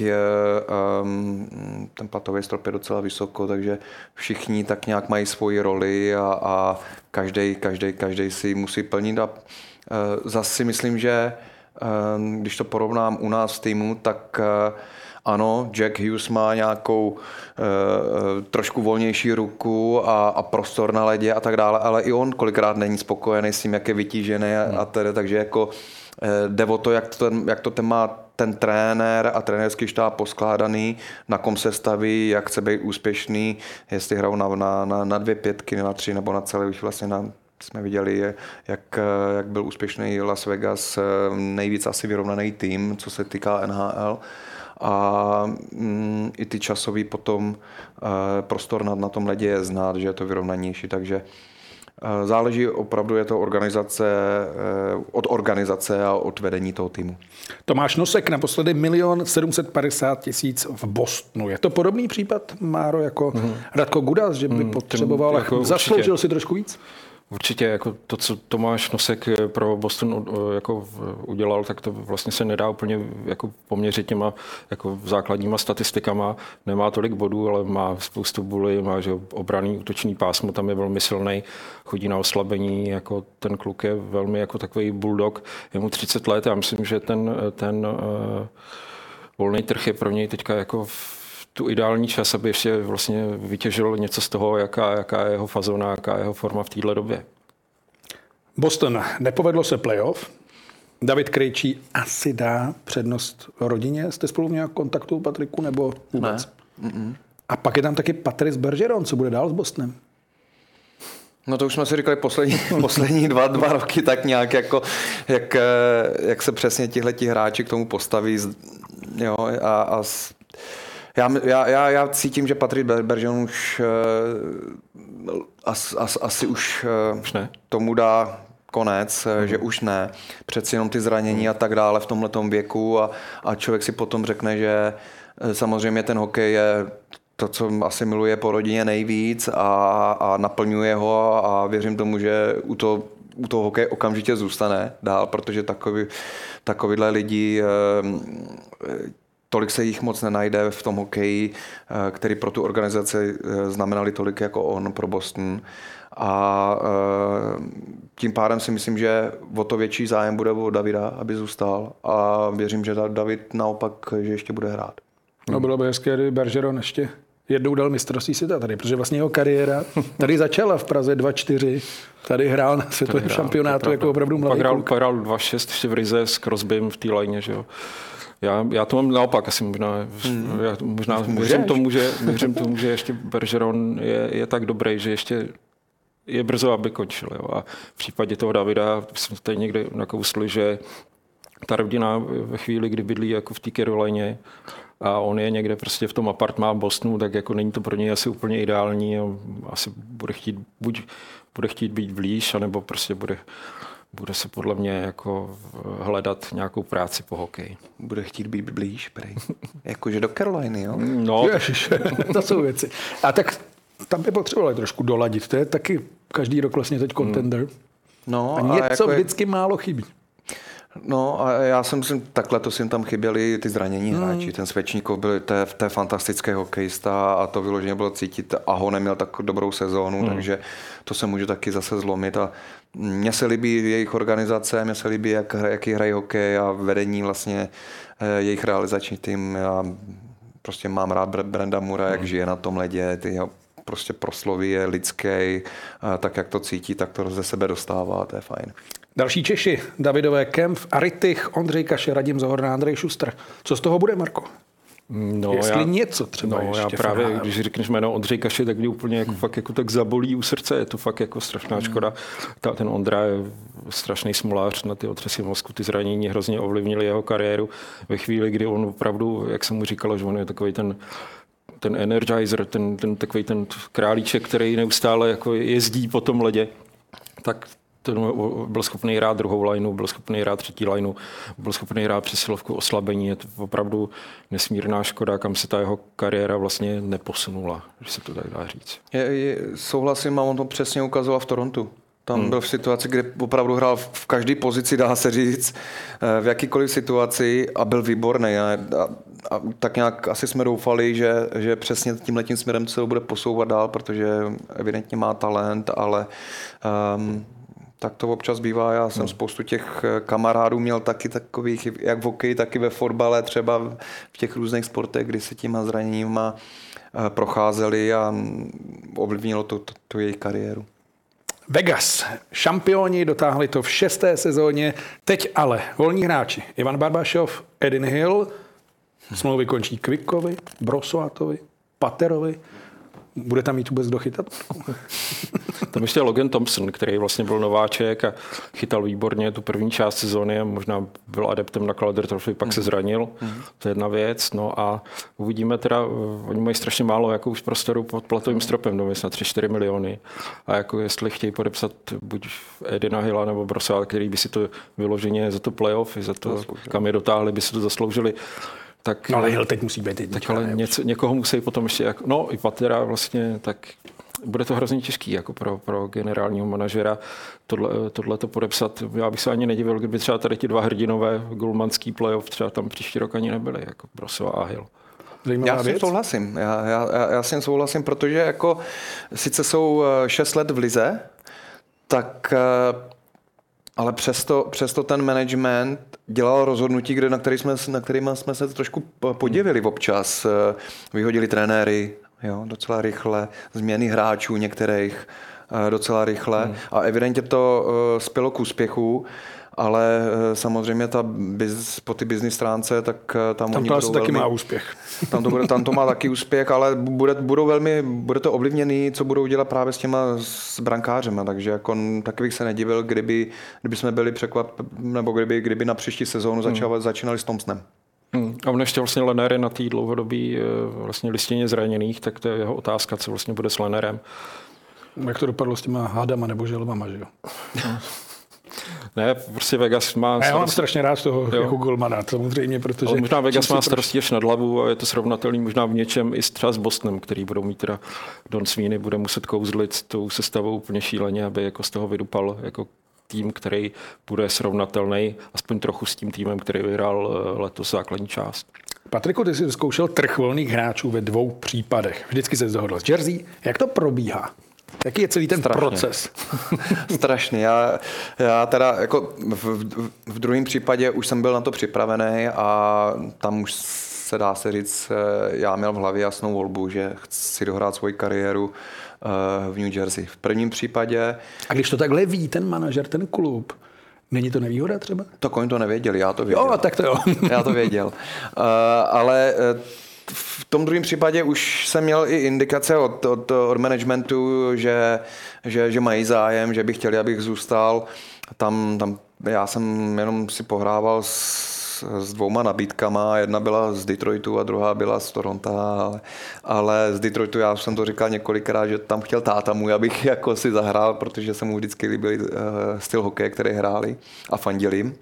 S4: ten platový strop je docela vysoko, takže všichni tak nějak mají svoji roli a každý si musí plnit a zase si myslím, že když to porovnám u nás v týmu, tak ano, Jack Hughes má nějakou trošku volnější ruku a prostor na ledě a tak dále, ale i on kolikrát není spokojený s tím, jak je vytížený a tedy, takže jako jde o to, jak to má ten trenér a trenérský štáb poskládaný, na kom se staví, jak chce být úspěšný, jestli hrajou na 2 pětky, na 3 nebo na celé, už vlastně jsme viděli, jak byl úspěšný Las Vegas, nejvíc asi vyrovnaný tým, co se týká NHL. a i ty časový potom prostor na tom ledě je znát, že je to vyrovnanější, takže záleží opravdu, je to od organizace a od vedení toho týmu.
S2: Tomáš Nosek naposledy 1 750 000 v Bostonu. Je to podobný případ, Máro, jako Radko Gudas, že by potřeboval,
S3: jako
S2: zasloužil si trošku víc?
S3: Určitě, jako to, co Tomáš Nosek pro Boston jako udělal, tak to vlastně se nedá úplně jako poměřit těma jako základníma statistikama. Nemá tolik bodů, ale má spoustu bully, má že obranný útočný pásmo, tam je velmi silný, chodí na oslabení, jako ten kluk je velmi jako takový bulldog, je mu 30 let, já myslím, že ten volný trh je pro něj teďka jako tu ideální čas, aby ještě vlastně vytěžil něco z toho, jaká je jeho fazona, jaká je jeho forma v téhle době.
S2: Boston, nepovedlo se playoff. David Krejčí asi dá přednost rodině. Jste spolu v nějak kontaktu, Patriku, nebo vůbec? Ne. A pak je tam taky Patrice Bergeron. Co bude dál s Bostonem?
S4: No to už jsme si říkali poslední dva roky, tak nějak jako, jak se přesně tihleti hráči k tomu postaví. Jo, Já cítím, že Patrice Bergeron už asi už ne. Tomu dá konec, že už ne. Přeci jenom ty zranění a tak dále v tomhletom věku a člověk si potom řekne, že samozřejmě ten hokej je to, co asi miluje po rodině nejvíc a naplňuje ho a věřím tomu, že u toho hokeje okamžitě zůstane dál, protože takovýhle lidi tolik se jich moc nenajde v tom hokeji, který pro tu organizaci znamenali tolik jako on pro Boston. A tím pádem si myslím, že o to větší zájem bude o Davida, aby zůstal. A věřím, že David naopak, že ještě bude hrát.
S2: No bylo by hezké, kdyby Bergeron ještě jednou dal mistrovství světa tady, protože vlastně jeho kariéra tady začala v Praze 2-4. Tady hrál na světovém šampionátu jako opravdu mladý kluk.
S3: Pak hrál 2-6 ještě v Rize s Crosbym v té lajně, že jo. Já to mám naopak, asi možná věřím tomu, že ještě Bergeron je tak dobrý, že ještě je brzo, aby končil. Jo. A v případě toho Davida jsme tady někde nakousli, že ta rodina ve chvíli, kdy bydlí jako v té Carolině a on je někde prostě v tom apartmá v Bostonu, tak jako není to pro něj asi úplně ideální. Asi bude chtít být blíž, anebo prostě bude se podle mě jako hledat nějakou práci po hokeji.
S4: Bude chtít být blíž, prej. Jakože do Caroliny, jo?
S2: No. Ježiš, to jsou věci. A tak tam by potřebovali trošku doladit. To je taky každý rok vlastně teď contender. No, a něco jako vždycky málo chybí.
S4: No a já jsem takhle to jim tam chyběli ty zranění hráči. Ten Svečníkov byl to je fantastický hokejista a to vyloženě bylo cítit a ho neměl tak dobrou sezónu, takže to se může taky zase zlomit a mně se líbí jejich organizace, mně se líbí, jaký hrají hokej a vedení vlastně jejich realizační tým. Já prostě mám rád Brenda Moora, jak žije na tom ledě, ty prostě prosloví je lidský, tak jak to cítí, tak to ze sebe dostává, to je fajn.
S2: Další Češi, Davidové Kempf, Aritych, Ondřej Kaše, Radim Zohorna, Andrej Šustr. Co z toho bude, Marko?
S3: No,
S2: jestli něco třeba ještě.
S3: Já právě, když řekneš jméno Ondřej Kaše, tak mě úplně jako fakt jako tak zabolí u srdce. Je to fakt jako strašná škoda. Ten Ondra je strašný smolář na ty otřesy mozku. Ty zranění hrozně ovlivnily jeho kariéru ve chvíli, kdy on opravdu, jak jsem mu říkal, že on je takový ten energizer, ten takový ten králíček, který neustále jako jezdí po tom ledě, tak byl schopný hrát druhou lineu, byl schopný hrát třetí lineu, byl schopný hrát přesilovku oslabení. Je to opravdu nesmírná škoda, kam se ta jeho kariéra vlastně neposunula, že se to tak dá říct.
S4: Souhlasím, a on to přesně ukazoval v Torontu. Tam byl v situaci, kde opravdu hrál v každé pozici, dá se říct, v jakýkoliv situaci a byl výborný. A tak nějak asi jsme doufali, že přesně tímhletím směrem se bude posouvat dál, protože evidentně má talent, ale tak to občas bývá. Já jsem spoustu těch kamarádů měl taky takových, jak v hokeji, taky ve fotbale, třeba v těch různých sportech, kdy se těma zraněníma procházeli a ovlivnilo to jejich kariéru.
S2: Vegas. Šampioni dotáhli to v 6. sezóně. Teď ale volní hráči. Ivan Barbašov, Edin Hill. Smlouvy končí Quickovi, Brossoatovi, Paterovi. Bude tam mít vůbec kdo chytat?
S3: Tam ještě Logan Thompson, který vlastně byl nováček a chytal výborně tu první část sezóny a možná byl adeptem na Calder Trophy, pak se zranil. To je jedna věc. No a uvidíme teda, oni mají strašně málo jako už prostoru pod platovým stropem, no na 3-4 miliony. A jako jestli chtějí podepsat buď Edina Hilla nebo Brosa, který by si to vyloženě za to playoff, za to, kam je dotáhli, by si to zasloužili. Tak,
S2: no ale Hill teď musí být jednička.
S3: Tak ale někoho musí potom ještě, no i Patera vlastně, tak bude to hrozně těžký jako pro generálního manažera tohle to podepsat. Já bych se ani nedivil, kdyby třeba tady ti dva hrdinové golmanský playoff třeba tam příští rok ani nebyli, jako Brosova a Hill.
S4: Já s tím souhlasím. Já s tím souhlasím, protože jako sice jsou 6 let v lize, tak ale přesto ten management dělal rozhodnutí, na kterými jsme se trošku podivili občas. Vyhodili trenéry, jo, docela rychle, změny hráčů některých docela rychle a evidentně to spělo k úspěchu, ale samozřejmě po ty business stránce, tak tam
S2: oni budou taky má úspěch.
S4: Tam to má taky úspěch, ale bude to ovlivněný, co budou dělat právě s brankářema, takže jako taky bych se nedivil, kdyby jsme byli nebo kdyby na příští sezónu začínali s Thompsonem.
S3: A on ještě vlastně Lener je na té dlouhodobí vlastně listině zraněných, tak to je jeho otázka, co vlastně bude s Lenerem.
S2: Jak to dopadlo s těma hádama nebo želvama, že jo?
S3: Ne, prostě Vegas má...
S2: Já mám strašně rád toho jako golmana, samozřejmě, protože...
S3: Ale možná Vegas má starostí až nad hlavu a je to srovnatelný možná v něčem i třeba s Bostonem, který budou mít teda Don Sweeney, bude muset kouzlit s tou sestavou úplně šíleně, aby jako z toho vydupal jako tým, který bude srovnatelný aspoň trochu s tím týmem, který vyhrál letos základní část.
S2: Patriku, ty jsi zkoušel trh volných hráčů ve 2 případech. Vždycky se dohodl s Jersey. Jak to probíhá? Jaký je celý ten proces?
S4: Strašný. Já teda jako v druhém případě už jsem byl na to připravený a tam už se dá se říct, já měl v hlavě jasnou volbu, že chci dohrát svoji kariéru v New Jersey. V prvním případě...
S2: A když to takhle ví ten manažer, ten klub, není to nevýhoda třeba?
S4: Tak oni to nevěděli, já to věděl.
S2: Jo, tak to jo.
S4: Já to věděl. Ale v tom druhém případě už jsem měl i indikace od managementu, že mají zájem, že by chtěli, abych zůstal. Tam já jsem jenom si pohrával s 2 nabídkama. Jedna byla z Detroitu a druhá byla z Toronto. Ale z Detroitu já jsem to říkal několikrát, že tam chtěl táta můj, abych jako si zahrál, protože se mu vždycky líbil styl hokeje, který hráli a fandili jim.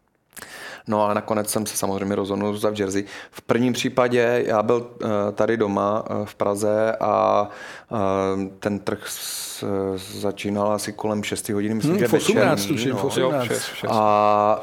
S4: No a nakonec jsem se samozřejmě rozhodnul za v Jersey. V prvním případě já byl tady doma v Praze a ten trh začínal asi kolem 6 hodin, myslím, že večer. A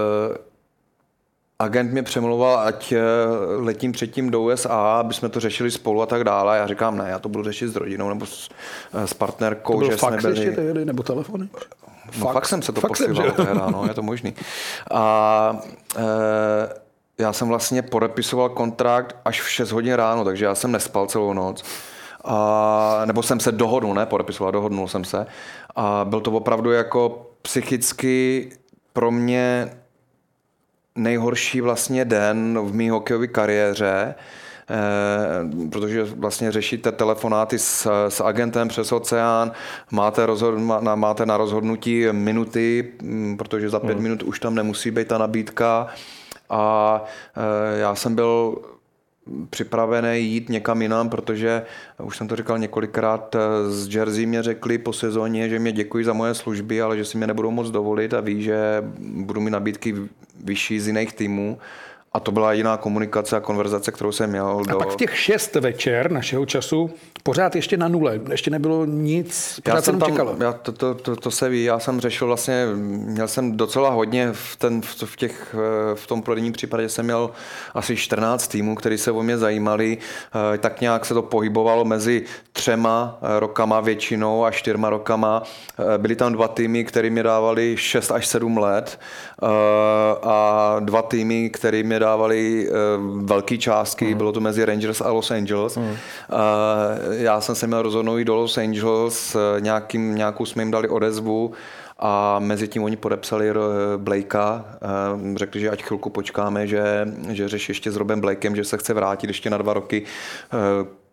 S4: agent mě přemlouval, ať letím předtím do USA, aby jsme to řešili spolu a tak dále. Já říkám, ne, já to budu řešit s rodinou nebo s partnerkou.
S2: To byl fax ještě tehdy, nebo telefony?
S4: No faxem se to posílalo tehda, no, je to možný. A já jsem vlastně podepisoval kontrakt až v 6 hodin ráno, takže já jsem nespal celou noc. Nebo jsem se dohodnul jsem se. A byl to opravdu jako psychicky pro mě nejhorší vlastně den v mý hokejové kariéře, protože vlastně řešíte telefonáty s agentem přes oceán, máte na rozhodnutí minuty, protože za 5 minut už tam nemusí být ta nabídka a já jsem byl připravený jít někam jinam, protože už jsem to říkal několikrát, z Jersey mě řekli po sezóně, že mě děkují za moje služby, ale že si mě nebudou moc dovolit a ví, že budu mít nabídky vyšší z jiných týmů. A to byla jediná komunikace a konverzace, kterou jsem měl.
S2: A pak v těch 6 večer našeho času pořád ještě na nule. Ještě nebylo nic, pořád jsem čekalo.
S4: To se ví, já jsem řešil vlastně, měl jsem docela hodně v tom prodejním případě jsem měl asi 14 týmů, který se o mě zajímali. Tak nějak se to pohybovalo mezi 3 rokama většinou a 4 rokama. Byly tam 2 týmy, které mě dávali 6 až 7 let a 2 týmy, které mě dávali velké částky, bylo to mezi Rangers a Los Angeles. Já jsem se měl rozhodnout jít do Los Angeles, nějakou jsme jim dali odezvu a mezi tím oni podepsali Blakea, řekli, že ať chvilku počkáme, že řeší ještě s Robem Blakem, že se chce vrátit ještě na 2 roky.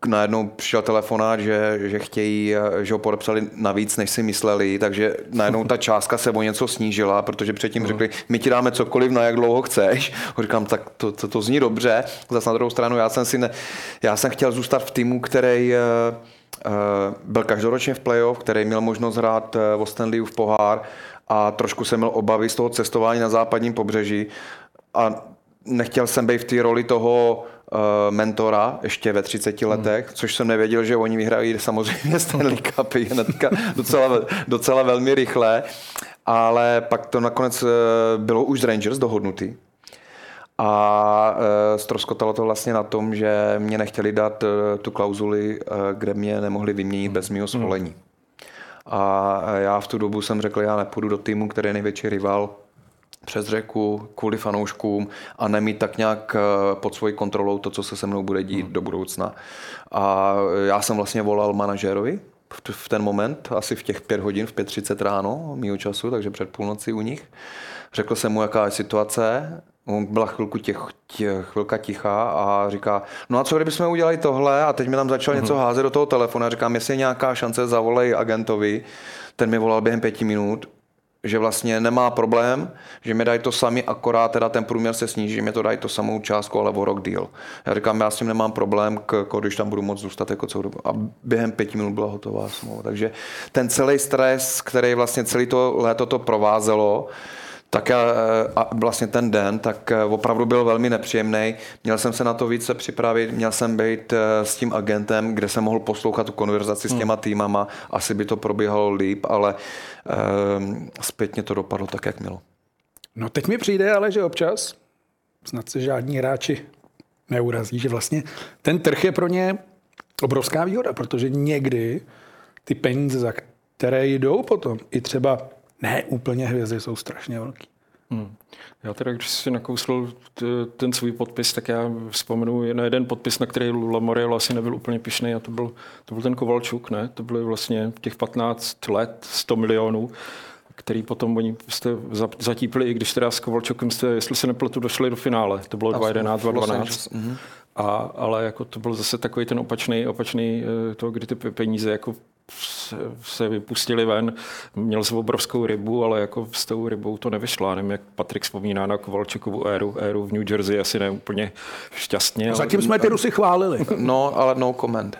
S4: najednou přišel telefonát, že chtějí, že ho podepsali navíc, než si mysleli, takže najednou ta částka se o něco snížila, protože předtím řekli, my ti dáme cokoliv, na jak dlouho chceš. Říkám, tak to zní dobře. Zase na druhou stranu, já jsem chtěl zůstat v týmu, který byl každoročně v playoff, který měl možnost hrát o Stanleyův pohár a trošku jsem měl obavy z toho cestování na západním pobřeží a nechtěl jsem být v té roli toho mentora ještě ve 30 letech, což jsem nevěděl, že oni vyhrají samozřejmě Stanley Cupy hnedka docela velmi rychle, ale pak to nakonec bylo už z Rangers dohodnutý. A ztroskotalo to vlastně na tom, že mě nechtěli dát tu klauzuli, kde mě nemohli vyměnit bez mého svolení. A já v tu dobu jsem řekl, já nepůjdu do týmu, který je největší rival přes řeku, kvůli fanouškům a nemít tak nějak pod svojí kontrolou to, co se mnou bude dít do budoucna. A já jsem vlastně volal manažerovi v ten moment, asi v těch 5 hodin, v 5:30 ráno mýho času, takže před půlnocí u nich. Řekl jsem mu, jaká je situace. On byla chvilka tichá a říká, no a co kdybychom udělali tohle a teď mi tam začal něco házet do toho telefonu a říkám, jestli je nějaká šance, zavolej agentovi. Ten mi volal během 5 minut, že vlastně nemá problém, že mi dají to sami, akorát teda ten průměr se sníží, že mi to dají to samou částku, ale o rok díl. Já říkám, já s tím nemám problém, když tam budu moct zůstat jako celou dobu. A během 5 minut byla hotová smlouva. Takže ten celý stres, který vlastně celý to léto to provázelo, tak a vlastně ten den, tak opravdu byl velmi nepříjemný. Měl jsem se na to více připravit, měl jsem být s tím agentem, kde jsem mohl poslouchat tu konverzaci s těma týmama, asi by to probíhalo líp, ale zpětně to dopadlo tak, jak mělo.
S2: No teď mi přijde, ale že občas snad se žádní hráči neurazí, že vlastně ten trh je pro ně obrovská výhoda, protože někdy ty peníze, za které jdou potom, i třeba ne úplně hvězdy, jsou strašně velký.
S3: Já teda, když si nakousl ten svůj podpis, tak já vzpomenu na jeden podpis, na který Lamoriello asi nebyl úplně pyšnej, a to byl ten Kovalčuk, ne? To byly vlastně těch 15 let, 100 milionů, který potom oni jste zatípili, i když teda s Kovalčukem jste, jestli se nepletu, došli do finále. To bylo 2-11, 2-12. Ale jako to byl zase takový ten opačný to, kdy ty peníze jako se vypustili ven. Měl jsem obrovskou rybu, ale jako s tou rybou to nevyšlo. Nevím, jak Patrik vzpomíná na Kovalčukovu éru v New Jersey, asi ne úplně šťastně.
S2: Zatím jsme ty Rusy chválili.
S4: No, ale no comment.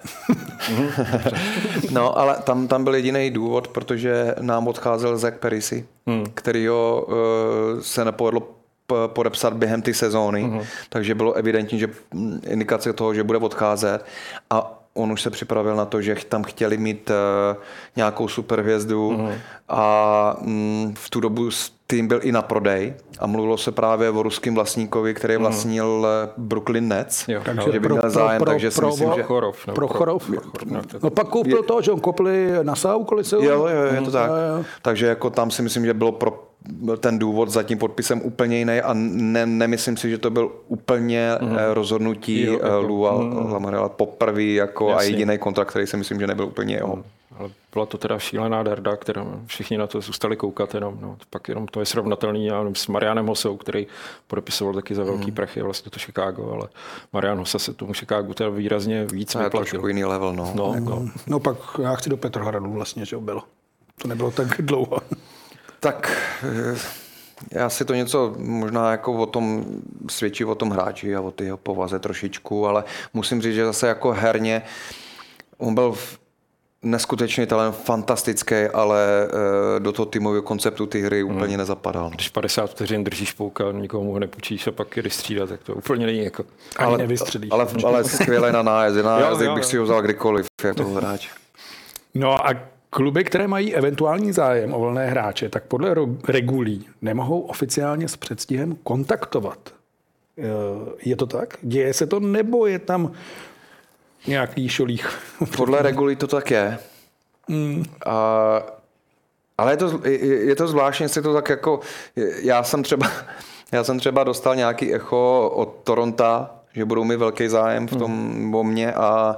S4: No, ale tam byl jediný důvod, protože nám odcházel Zach Parise, kterýho se nepovedlo podepsat během té sezóny, takže bylo evidentní, že indikace toho, že bude odcházet, a on už se připravil na to, že tam chtěli mít nějakou superhvězdu a v tu dobu tým byl i na prodej a mluvilo se právě o ruském vlastníkovi, který vlastnil Brooklyn Nets, takže by měl zájem, takže si myslím, že...
S2: Prochorov. No pak koupil to, že on koupili Nassau Coliseum.
S4: Jo, je to tak. Takže jako tam si myslím, že bylo pro ten důvod za tím podpisem úplně jiný a nemyslím si, že to byl úplně rozhodnutí Lua Lamoriella poprvé jako a jediný kontrakt, který si myslím, že nebyl úplně jeho.
S3: Ale byla to teda šílená derda, která všichni na to zůstali koukat jenom. No, pak jenom to je srovnatelný s Marianem Hossou, který podepisoval taky za velký prachy vlastně to Chicago, ale Marian Hossa se tomu Chicagu teda výrazně víc vyplatil.
S4: Trošku jiný level, no.
S2: No pak já chci do Petrohradu vlastně, že bylo. To nebylo tak dlouho.
S4: Tak já si to něco možná jako o tom svědčí o tom hráči a o té jeho povaze trošičku, ale musím říct, že zase jako herně on byl neskutečný talent, fantastický, ale do toho týmového konceptu ty hry úplně nezapadal.
S3: Když 50 vteřin držíš pouka, nikomu ho nepůjčíš a pak jdeš střídat, tak to úplně není jako...
S4: Ale skvělé na nájezdy. Bych si ho vzal kdykoliv jako hráč.
S2: No a kluby, které mají eventuální zájem o volné hráče, tak podle regulí nemohou oficiálně s předstihem kontaktovat. Je to tak? Děje se to, nebo je tam nějaký šolích?
S4: Podle regulí to tak je. Ale je to zvláštně, jestli to tak jako... Já jsem třeba dostal nějaký echo od Toronto, že budou mít velký zájem v tom o mě a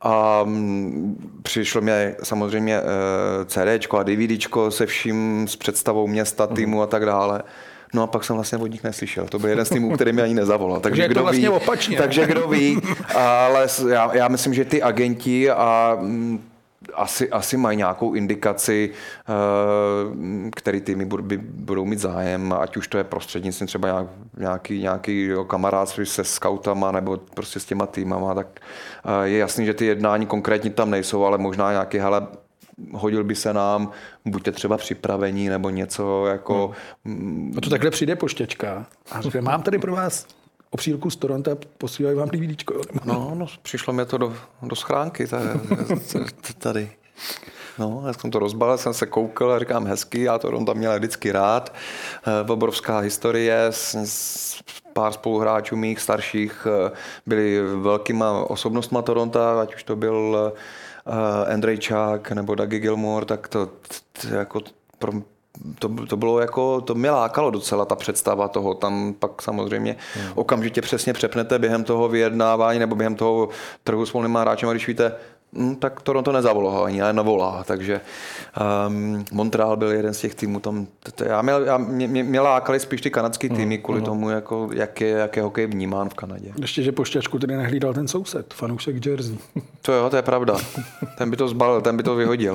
S4: přišlo mě samozřejmě CDčko a DVDčko se vším, s představou města, týmu a tak dále. No a pak jsem vlastně od nich neslyšel. To byl jeden z týmů, který mi ani nezavolal.
S2: Takže je to vlastně opačně.
S4: Takže kdo ví, ale já myslím, že ty agenti a asi mají nějakou indikaci, který týmy budou mít zájem, ať už to je prostřednictvím třeba nějaký kamarádství se scoutama nebo prostě s těma týmama, tak je jasný, že ty jednání konkrétně tam nejsou, ale možná nějaký, hele, hodil by se nám, buďte třeba připravení nebo něco jako...
S2: A to takhle přijde pošťačka a říká, mám tady pro vás obsílku z Toronto a posílají vám DVDčko.
S4: No, přišlo mě to do schránky tady. No, já jsem to rozbalil, jsem se koukal a říkám hezky, já Toronto měl vždycky rád. Obrovská historie, pár spoluhráčů mých starších byli velkýma osobnostma Toronto, ať už to byl Andrejčák nebo Dougie Gilmour, tak to jako to bylo jako, to mě lákalo docela ta představa toho, tam pak samozřejmě okamžitě přesně přepnete během toho vyjednávání nebo během toho trhu s volnýma hráčem, když víte, tak Toronto nezavolá ani, ale nevolá, takže Montreal byl jeden z těch týmů tam, mě lákali spíš ty kanadský týmy kvůli tomu, jako, jak je hokej vnímán v Kanadě.
S2: Ještě, že pošťačku tedy nehlídal ten soused, fanoušek Jersey.
S4: To je pravda, ten by to zbalil, ten by to vyhodil.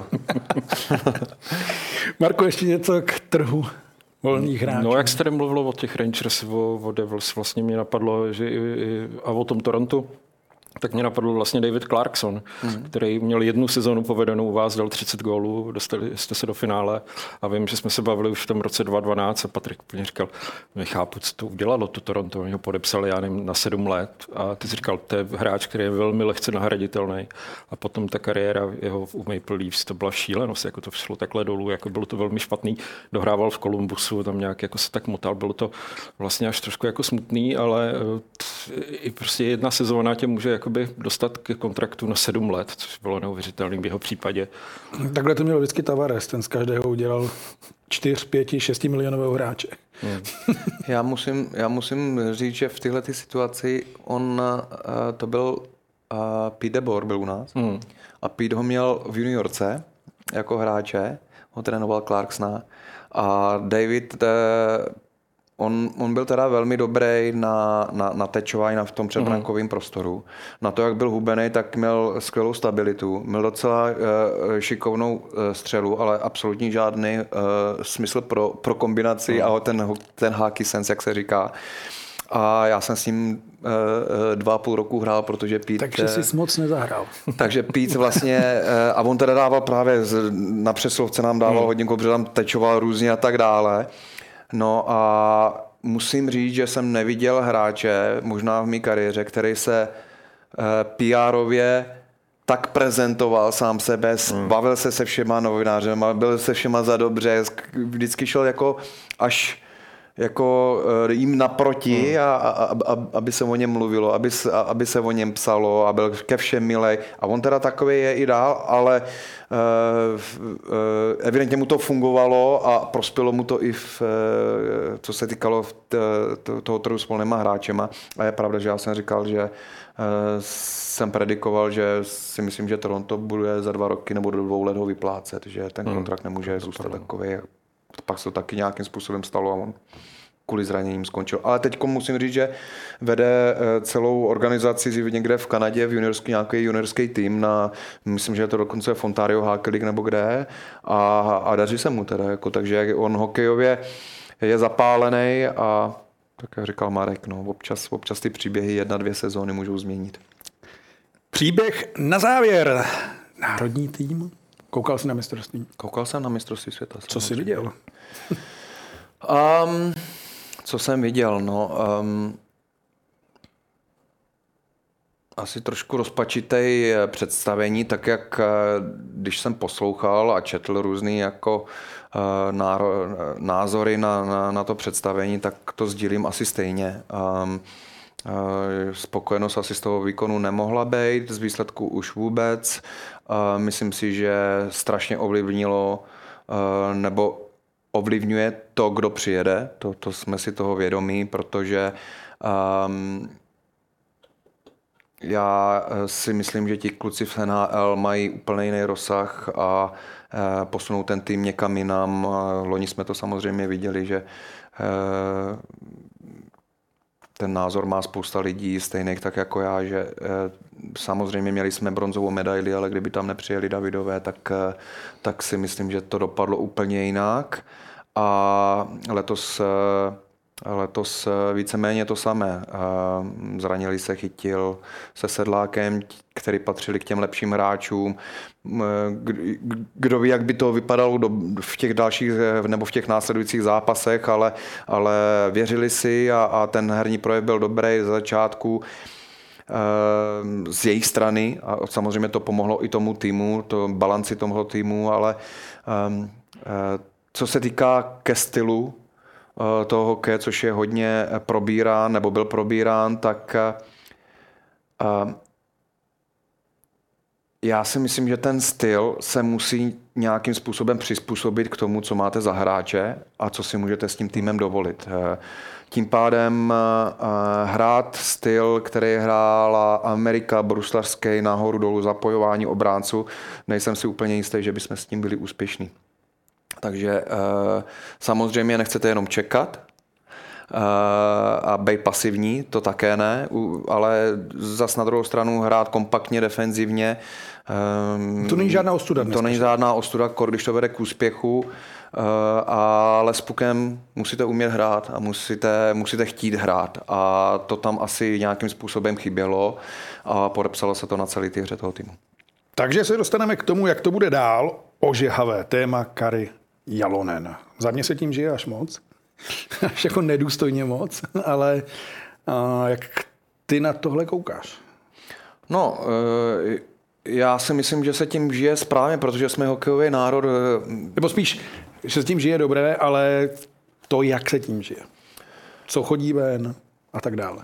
S2: Marko, ještě něco k trhu volných hráčů.
S3: No, jak jste tady mluvilo o těch Rangers, o Devils, vlastně mě napadlo, že a o tom Torontu, tak mě napadl vlastně David Clarkson, který měl jednu sezonu povedenou u vás, dal 30 gólů, dostali jste se do finále a vím, že jsme se bavili už v tom roce 2012 a Patrik úplně říkal, nechápu, co to udělalo to Toronto, oni ho podepsali, já nevím, na 7 let a ty jsi říkal, to je hráč, který je velmi lehce nahraditelný a potom ta kariéra jeho v Maple Leafs, to byla šílenost, jako to šlo takhle dolů, jako bylo to velmi špatný, dohrával v Columbusu, tam nějak jako se tak motal, bylo to vlastně až trošku jako smutný, ale i prostě jedna sezóna tě může jakoby dostat k kontraktu na 7 let, což bylo neuvěřitelné v jeho případě.
S2: Takhle to měl vždycky Tavares, ten z každého udělal 4, 5, 6 milionového hráče.
S4: Já musím říct, že v této situaci to byl Pete DeBoer byl u nás a Pete ho měl v juniorce jako hráče, ho trénoval Clarksona a David On byl teda velmi dobrý na tečování v tom předbrankovém prostoru. Na to, jak byl hubený, tak měl skvělou stabilitu. Měl docela šikovnou střelu, ale absolutně žádný smysl pro kombinaci a ten hockey sense, jak se říká. A já jsem s ním 2,5 roku hrál, protože Pete...
S2: Takže jsi moc nezahrál.
S4: Takže Pete vlastně... A on teda dával právě na přeslovce nám dával hodně, protože tam tečoval různě a tak dále. No a musím říct, že jsem neviděl hráče, možná v mé kariéře, který se PR-ově tak prezentoval sám sebe, bavil se všema novinářem, byl se všema za dobře, vždycky šel jako až jako jim naproti, aby se o něm mluvilo, aby se o něm psalo a byl ke všem milej. A on teda takový je i dál, ale evidentně mu to fungovalo a prospělo mu to i co se týkalo toho trhu s volnýma hráčema. A je pravda, že já jsem říkal, že jsem predikoval, že si myslím, že Toronto bude za 2 roky nebo do 2 let ho vyplácet, že ten kontrakt nemůže zůstat takový. Pak se to taky nějakým způsobem stalo a on kvůli zraněním skončil. Ale teď musím říct, že vede celou organizaci někde v Kanadě, v nějaký juniorský tým, myslím, že je to dokonce v Ontario Hockey League nebo kde a daří se mu teda. Jako, takže on hokejově je zapálený a tak jak říkal Marek, no, občas ty příběhy 1-2 sezóny můžou změnit.
S2: Příběh na závěr. Národní tým. Koukal jsi na mistrovství?
S4: Koukal jsem na mistrovství světa.
S2: Co jsi viděl?
S4: Co jsem viděl? No, asi trošku rozpačitej představení, tak jak když jsem poslouchal a četl různý jako názory na to představení, tak to sdílím asi stejně. Spokojenost asi z toho výkonu nemohla být, z výsledku už vůbec. Myslím si, že strašně ovlivnilo nebo ovlivňuje to, kdo přijede. To jsme si toho vědomí, protože já si myslím, že ti kluci v NHL mají úplně jiný rozsah a posunou ten tým někam jinam. Loni jsme to samozřejmě viděli, že ten názor má spousta lidí stejných tak jako já, že samozřejmě měli jsme bronzovou medaili, ale kdyby tam nepřijeli Davidové, tak si myslím, že to dopadlo úplně jinak. A letos víceméně to samé. Zranili se Chytil se Sedlákem, který patřili k těm lepším hráčům. Kdo ví, jak by to vypadalo v těch dalších nebo v těch následujících zápasech, ale věřili si a ten herní projev byl dobrý ze začátku z jejich strany a samozřejmě to pomohlo i tomu týmu, to balanci tomu týmu, ale co se týká ke stylu toho hokeje, což je hodně probírán, nebo byl probírán, tak já si myslím, že ten styl se musí nějakým způsobem přizpůsobit k tomu, co máte za hráče a co si můžete s tím týmem dovolit. Tím pádem hrát styl, který hrála Amerika, bruslařský, nahoru dolů, zapojování obránců, nejsem si úplně jistý, že bychom s tím byli úspěšní. Takže samozřejmě nechcete jenom čekat a být pasivní, to také ne, ale zas na druhou stranu hrát kompaktně, defenzivně.
S2: To není žádná ostuda.
S4: To není žádná ostuda, když to vede k úspěchu, ale s pukem musíte umět hrát a musíte chtít hrát. A to tam asi nějakým způsobem chybělo a podepsalo se to na celý ty hře toho týmu.
S2: Takže se dostaneme k tomu, jak to bude dál. Ožehavé téma Kari Jalonen. Za mě se tím žije až moc. Až jako nedůstojně moc, ale jak ty na tohle koukáš?
S4: No, já si myslím, že se tím žije správně, protože jsme hokejový národ.
S2: Nebo spíš, že se tím žije dobré, ale to, jak se tím žije. Co chodí ven a tak dále.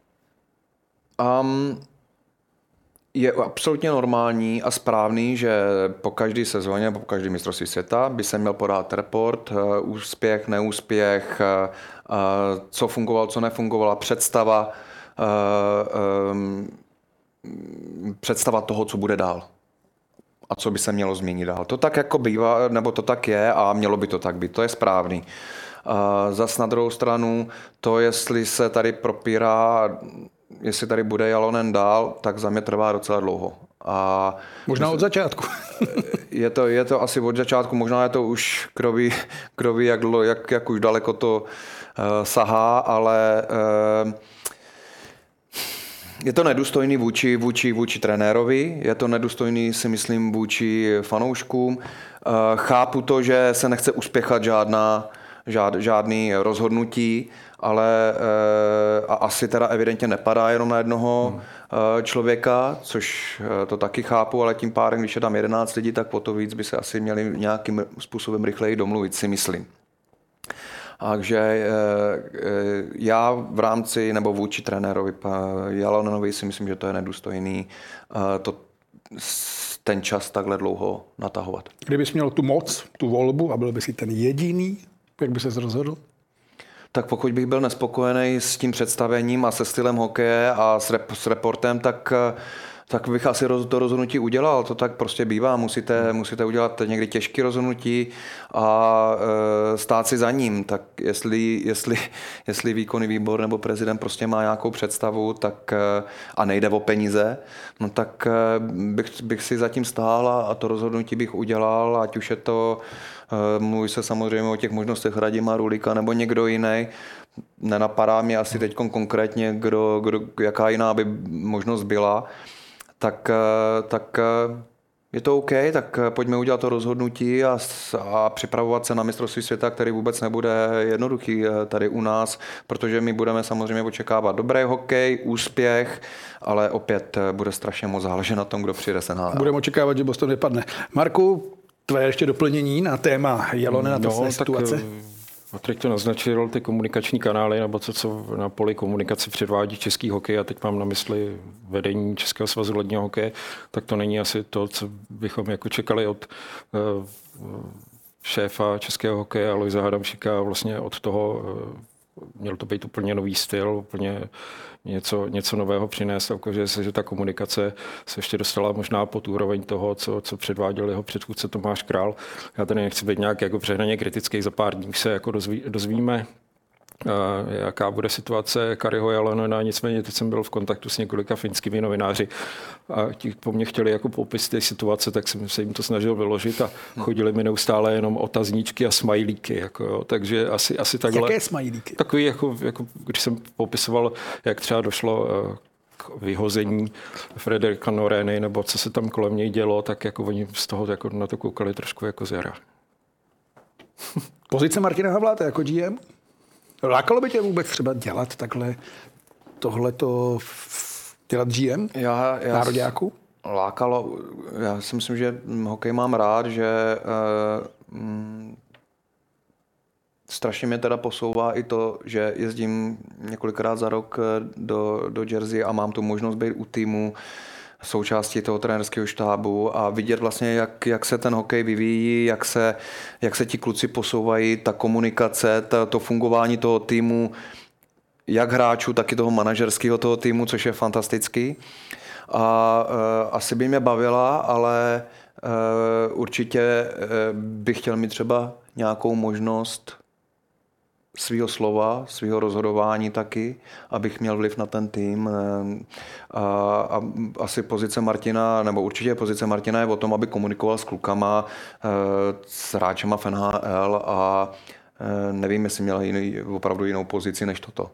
S4: Je absolutně normální a správný, že po každé sezóně, po každé mistrovství světa by se měl podat report, úspěch, neúspěch, co fungovalo, co nefungovalo, představa toho, co bude dál a co by se mělo změnit dál. To tak jako bývá, nebo to tak je a mělo by to tak být, to je správný. Zas na druhou stranu to, jestli se tady propírá, jestli tady bude Jalonen dál, tak za mě trvá docela dlouho. A
S2: možná od začátku.
S4: je to asi od začátku, možná je to už kdo ví jak už daleko to sahá, ale je to nedůstojný vůči trenérovi, je to nedůstojný, si myslím, vůči fanouškům. Chápu to, že se nechce uspěchat žádný rozhodnutí, ale a asi teda evidentně nepadá jenom na jednoho člověka, což to taky chápu, ale tím pádem, když je tam 11 lidí, tak po to víc by se asi měli nějakým způsobem rychleji domluvit, si myslím. Takže já v rámci nebo vůči trenérovi Jalonenovi si myslím, že to je nedůstojný ten čas takhle dlouho natahovat.
S2: Kdybys měl tu moc, tu volbu a byl by si ten jediný, jak by ses rozhodl?
S4: Tak pokud bych byl nespokojený s tím představením a se stylem hokeje a s reportem, tak bych asi to rozhodnutí udělal. To tak prostě bývá. Musíte udělat někdy těžké rozhodnutí a stát si za ním. Tak jestli výkonný výbor nebo prezident prostě má nějakou představu a nejde o peníze, no tak bych si za tím stál a to rozhodnutí bych udělal, ať už je to, mluví se samozřejmě o těch možnostech Radima Rulíka nebo někdo jiný. Nenapadá mě asi teď konkrétně, jaká jiná by možnost byla. Tak je to OK, tak pojďme udělat to rozhodnutí a připravovat se na mistrovství světa, který vůbec nebude jednoduchý tady u nás, protože my budeme samozřejmě očekávat dobrý hokej, úspěch, ale opět bude strašně moc záležet na tom, kdo přijde se NHL.
S2: Budeme očekávat, že Boston vypadne. Marku, tvoje ještě doplnění na téma Jalonena, na situace?
S3: Patrik to naznačil, ty komunikační kanály, nebo co na poli komunikace předvádí český hokej, a teď mám na mysli vedení Českého svazu ledního hokeje, tak to není asi to, co bychom jako čekali od šéfa českého hokeje Alojza Hadamšika. Vlastně od toho měl to být úplně nový styl, úplně něco nového přinést. Ukáže se, že ta komunikace se ještě dostala možná pod úroveň toho, co předváděl jeho předchůdce Tomáš Král. Já tady nechci být nějak jako přehnaně kritický, za pár dní se jako dozvíme jaká bude situace Kariho Jalonena, nicméně teď jsem byl v kontaktu s několika finskými novináři a ti po mně chtěli jako popis té situace, tak jsem se jim to snažil vyložit a chodili mi neustále jenom otazníčky a smajlíky, jako jo, takže asi takhle.
S2: Jaké smajlíky?
S3: Takový, jako když jsem popisoval, jak třeba došlo k vyhození Frederika Norény, nebo co se tam kolem něj dělo, tak jako oni z toho jako na to koukali trošku jako z jara.
S2: Pozice Martina Havláta jako GM? Lákalo by tě vůbec třeba dělat takhle, tohleto, dělat GM nároďáku?
S4: Lákalo. Já si myslím, že hokej mám rád, že strašně mě teda posouvá i to, že jezdím několikrát za rok do Jersey a mám tu možnost být u týmu, součástí toho trenérského štábu a vidět vlastně, jak se ten hokej vyvíjí, jak se ti kluci posouvají, ta komunikace, to fungování toho týmu, jak hráčů, tak i toho manažerského toho týmu, což je fantastický. A asi by mě bavila, ale určitě bych chtěl mít třeba nějakou možnost svýho slova, svýho rozhodování taky, abych měl vliv na ten tým. A asi pozice Martina, nebo určitě pozice Martina je o tom, aby komunikoval s klukama, s hráčema v NHL a nevím, jestli měl opravdu jinou pozici než toto.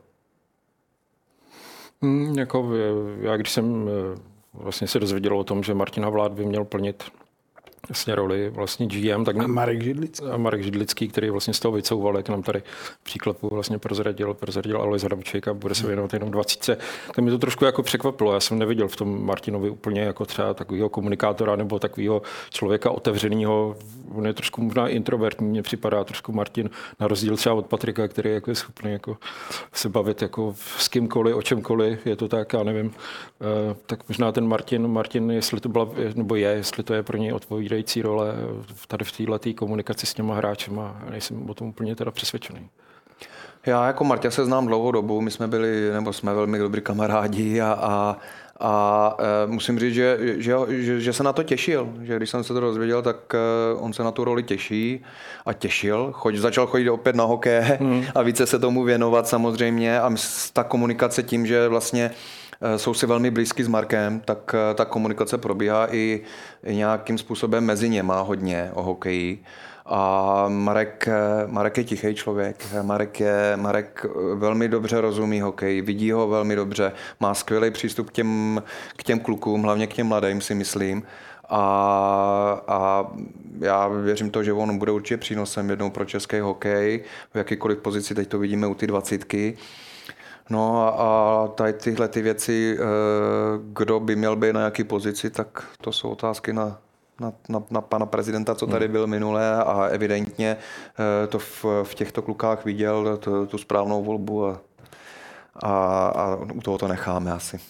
S3: Já když jsem vlastně se dozvěděl o tom, že Martin Havlát by měl plnit vlastně roli vlastně GM, tak
S2: a Marek
S3: Židlický, který vlastně z toho vycouval, jak nám tady příklepu vlastně prozradil Alois Adamčík a bude se věnovat jenom 20. Tak mi to trošku jako překvapilo. Já jsem neviděl v tom Martinovi úplně jako třeba takového komunikátora nebo takového člověka otevřeného. On je trošku možná introvertní, mně připadá trošku Martin, na rozdíl třeba od Patrika, který jako je schopný jako se bavit jako s kýmkoliv, o čemkoliv, je to tak, já nevím. Tak možná ten Martin, jestli to byla, nebo jestli to je pro něj odpovídající role tady v této komunikaci s těma hráčema, nejsem o tom úplně teda přesvědčený.
S4: Já jako Marťa se znám dlouhou dobu, my jsme velmi dobrý kamarádi a musím říct, že se na to těšil, že když jsem se to dozvěděl, tak on se na tu roli těší a těšil. Začal chodit opět na hokej a více se tomu věnovat samozřejmě a ta komunikace tím, že vlastně jsou si velmi blízky s Markem, tak ta komunikace probíhá i nějakým způsobem mezi něma hodně o hokeji. A Marek je tichý člověk. Marek velmi dobře rozumí hokej, vidí ho velmi dobře, má skvělý přístup k těm klukům, hlavně k těm mladým, si myslím. A já věřím to, že on bude určitě přínosem jednou pro český hokej, v jakýkoliv pozici, teď to vidíme u ty 20. No a tady tyhle ty věci, kdo by měl být na jaký pozici, tak to jsou otázky na pana prezidenta, co tady byl minule a evidentně to v těchto klukách viděl tu správnou volbu a u toho to necháme asi.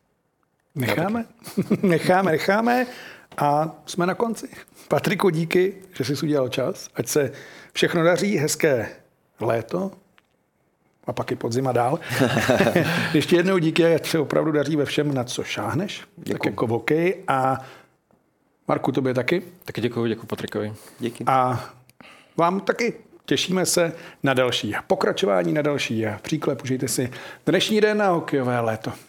S2: Necháme a jsme na konci. Patriku, díky, že jsi udělal čas. Ať se všechno daří, hezké léto a pak i podzim a dál. Ještě jednou díky, ať se opravdu daří ve všem, na co šáhneš. Děkuju. Tak jako v hokeji. A Marku, tobě taky.
S3: Taky děkuji Patrikovi.
S4: Díky.
S2: A vám taky. Těšíme se na další pokračování, na další příklep. Užijte si dnešní den na hokejové léto.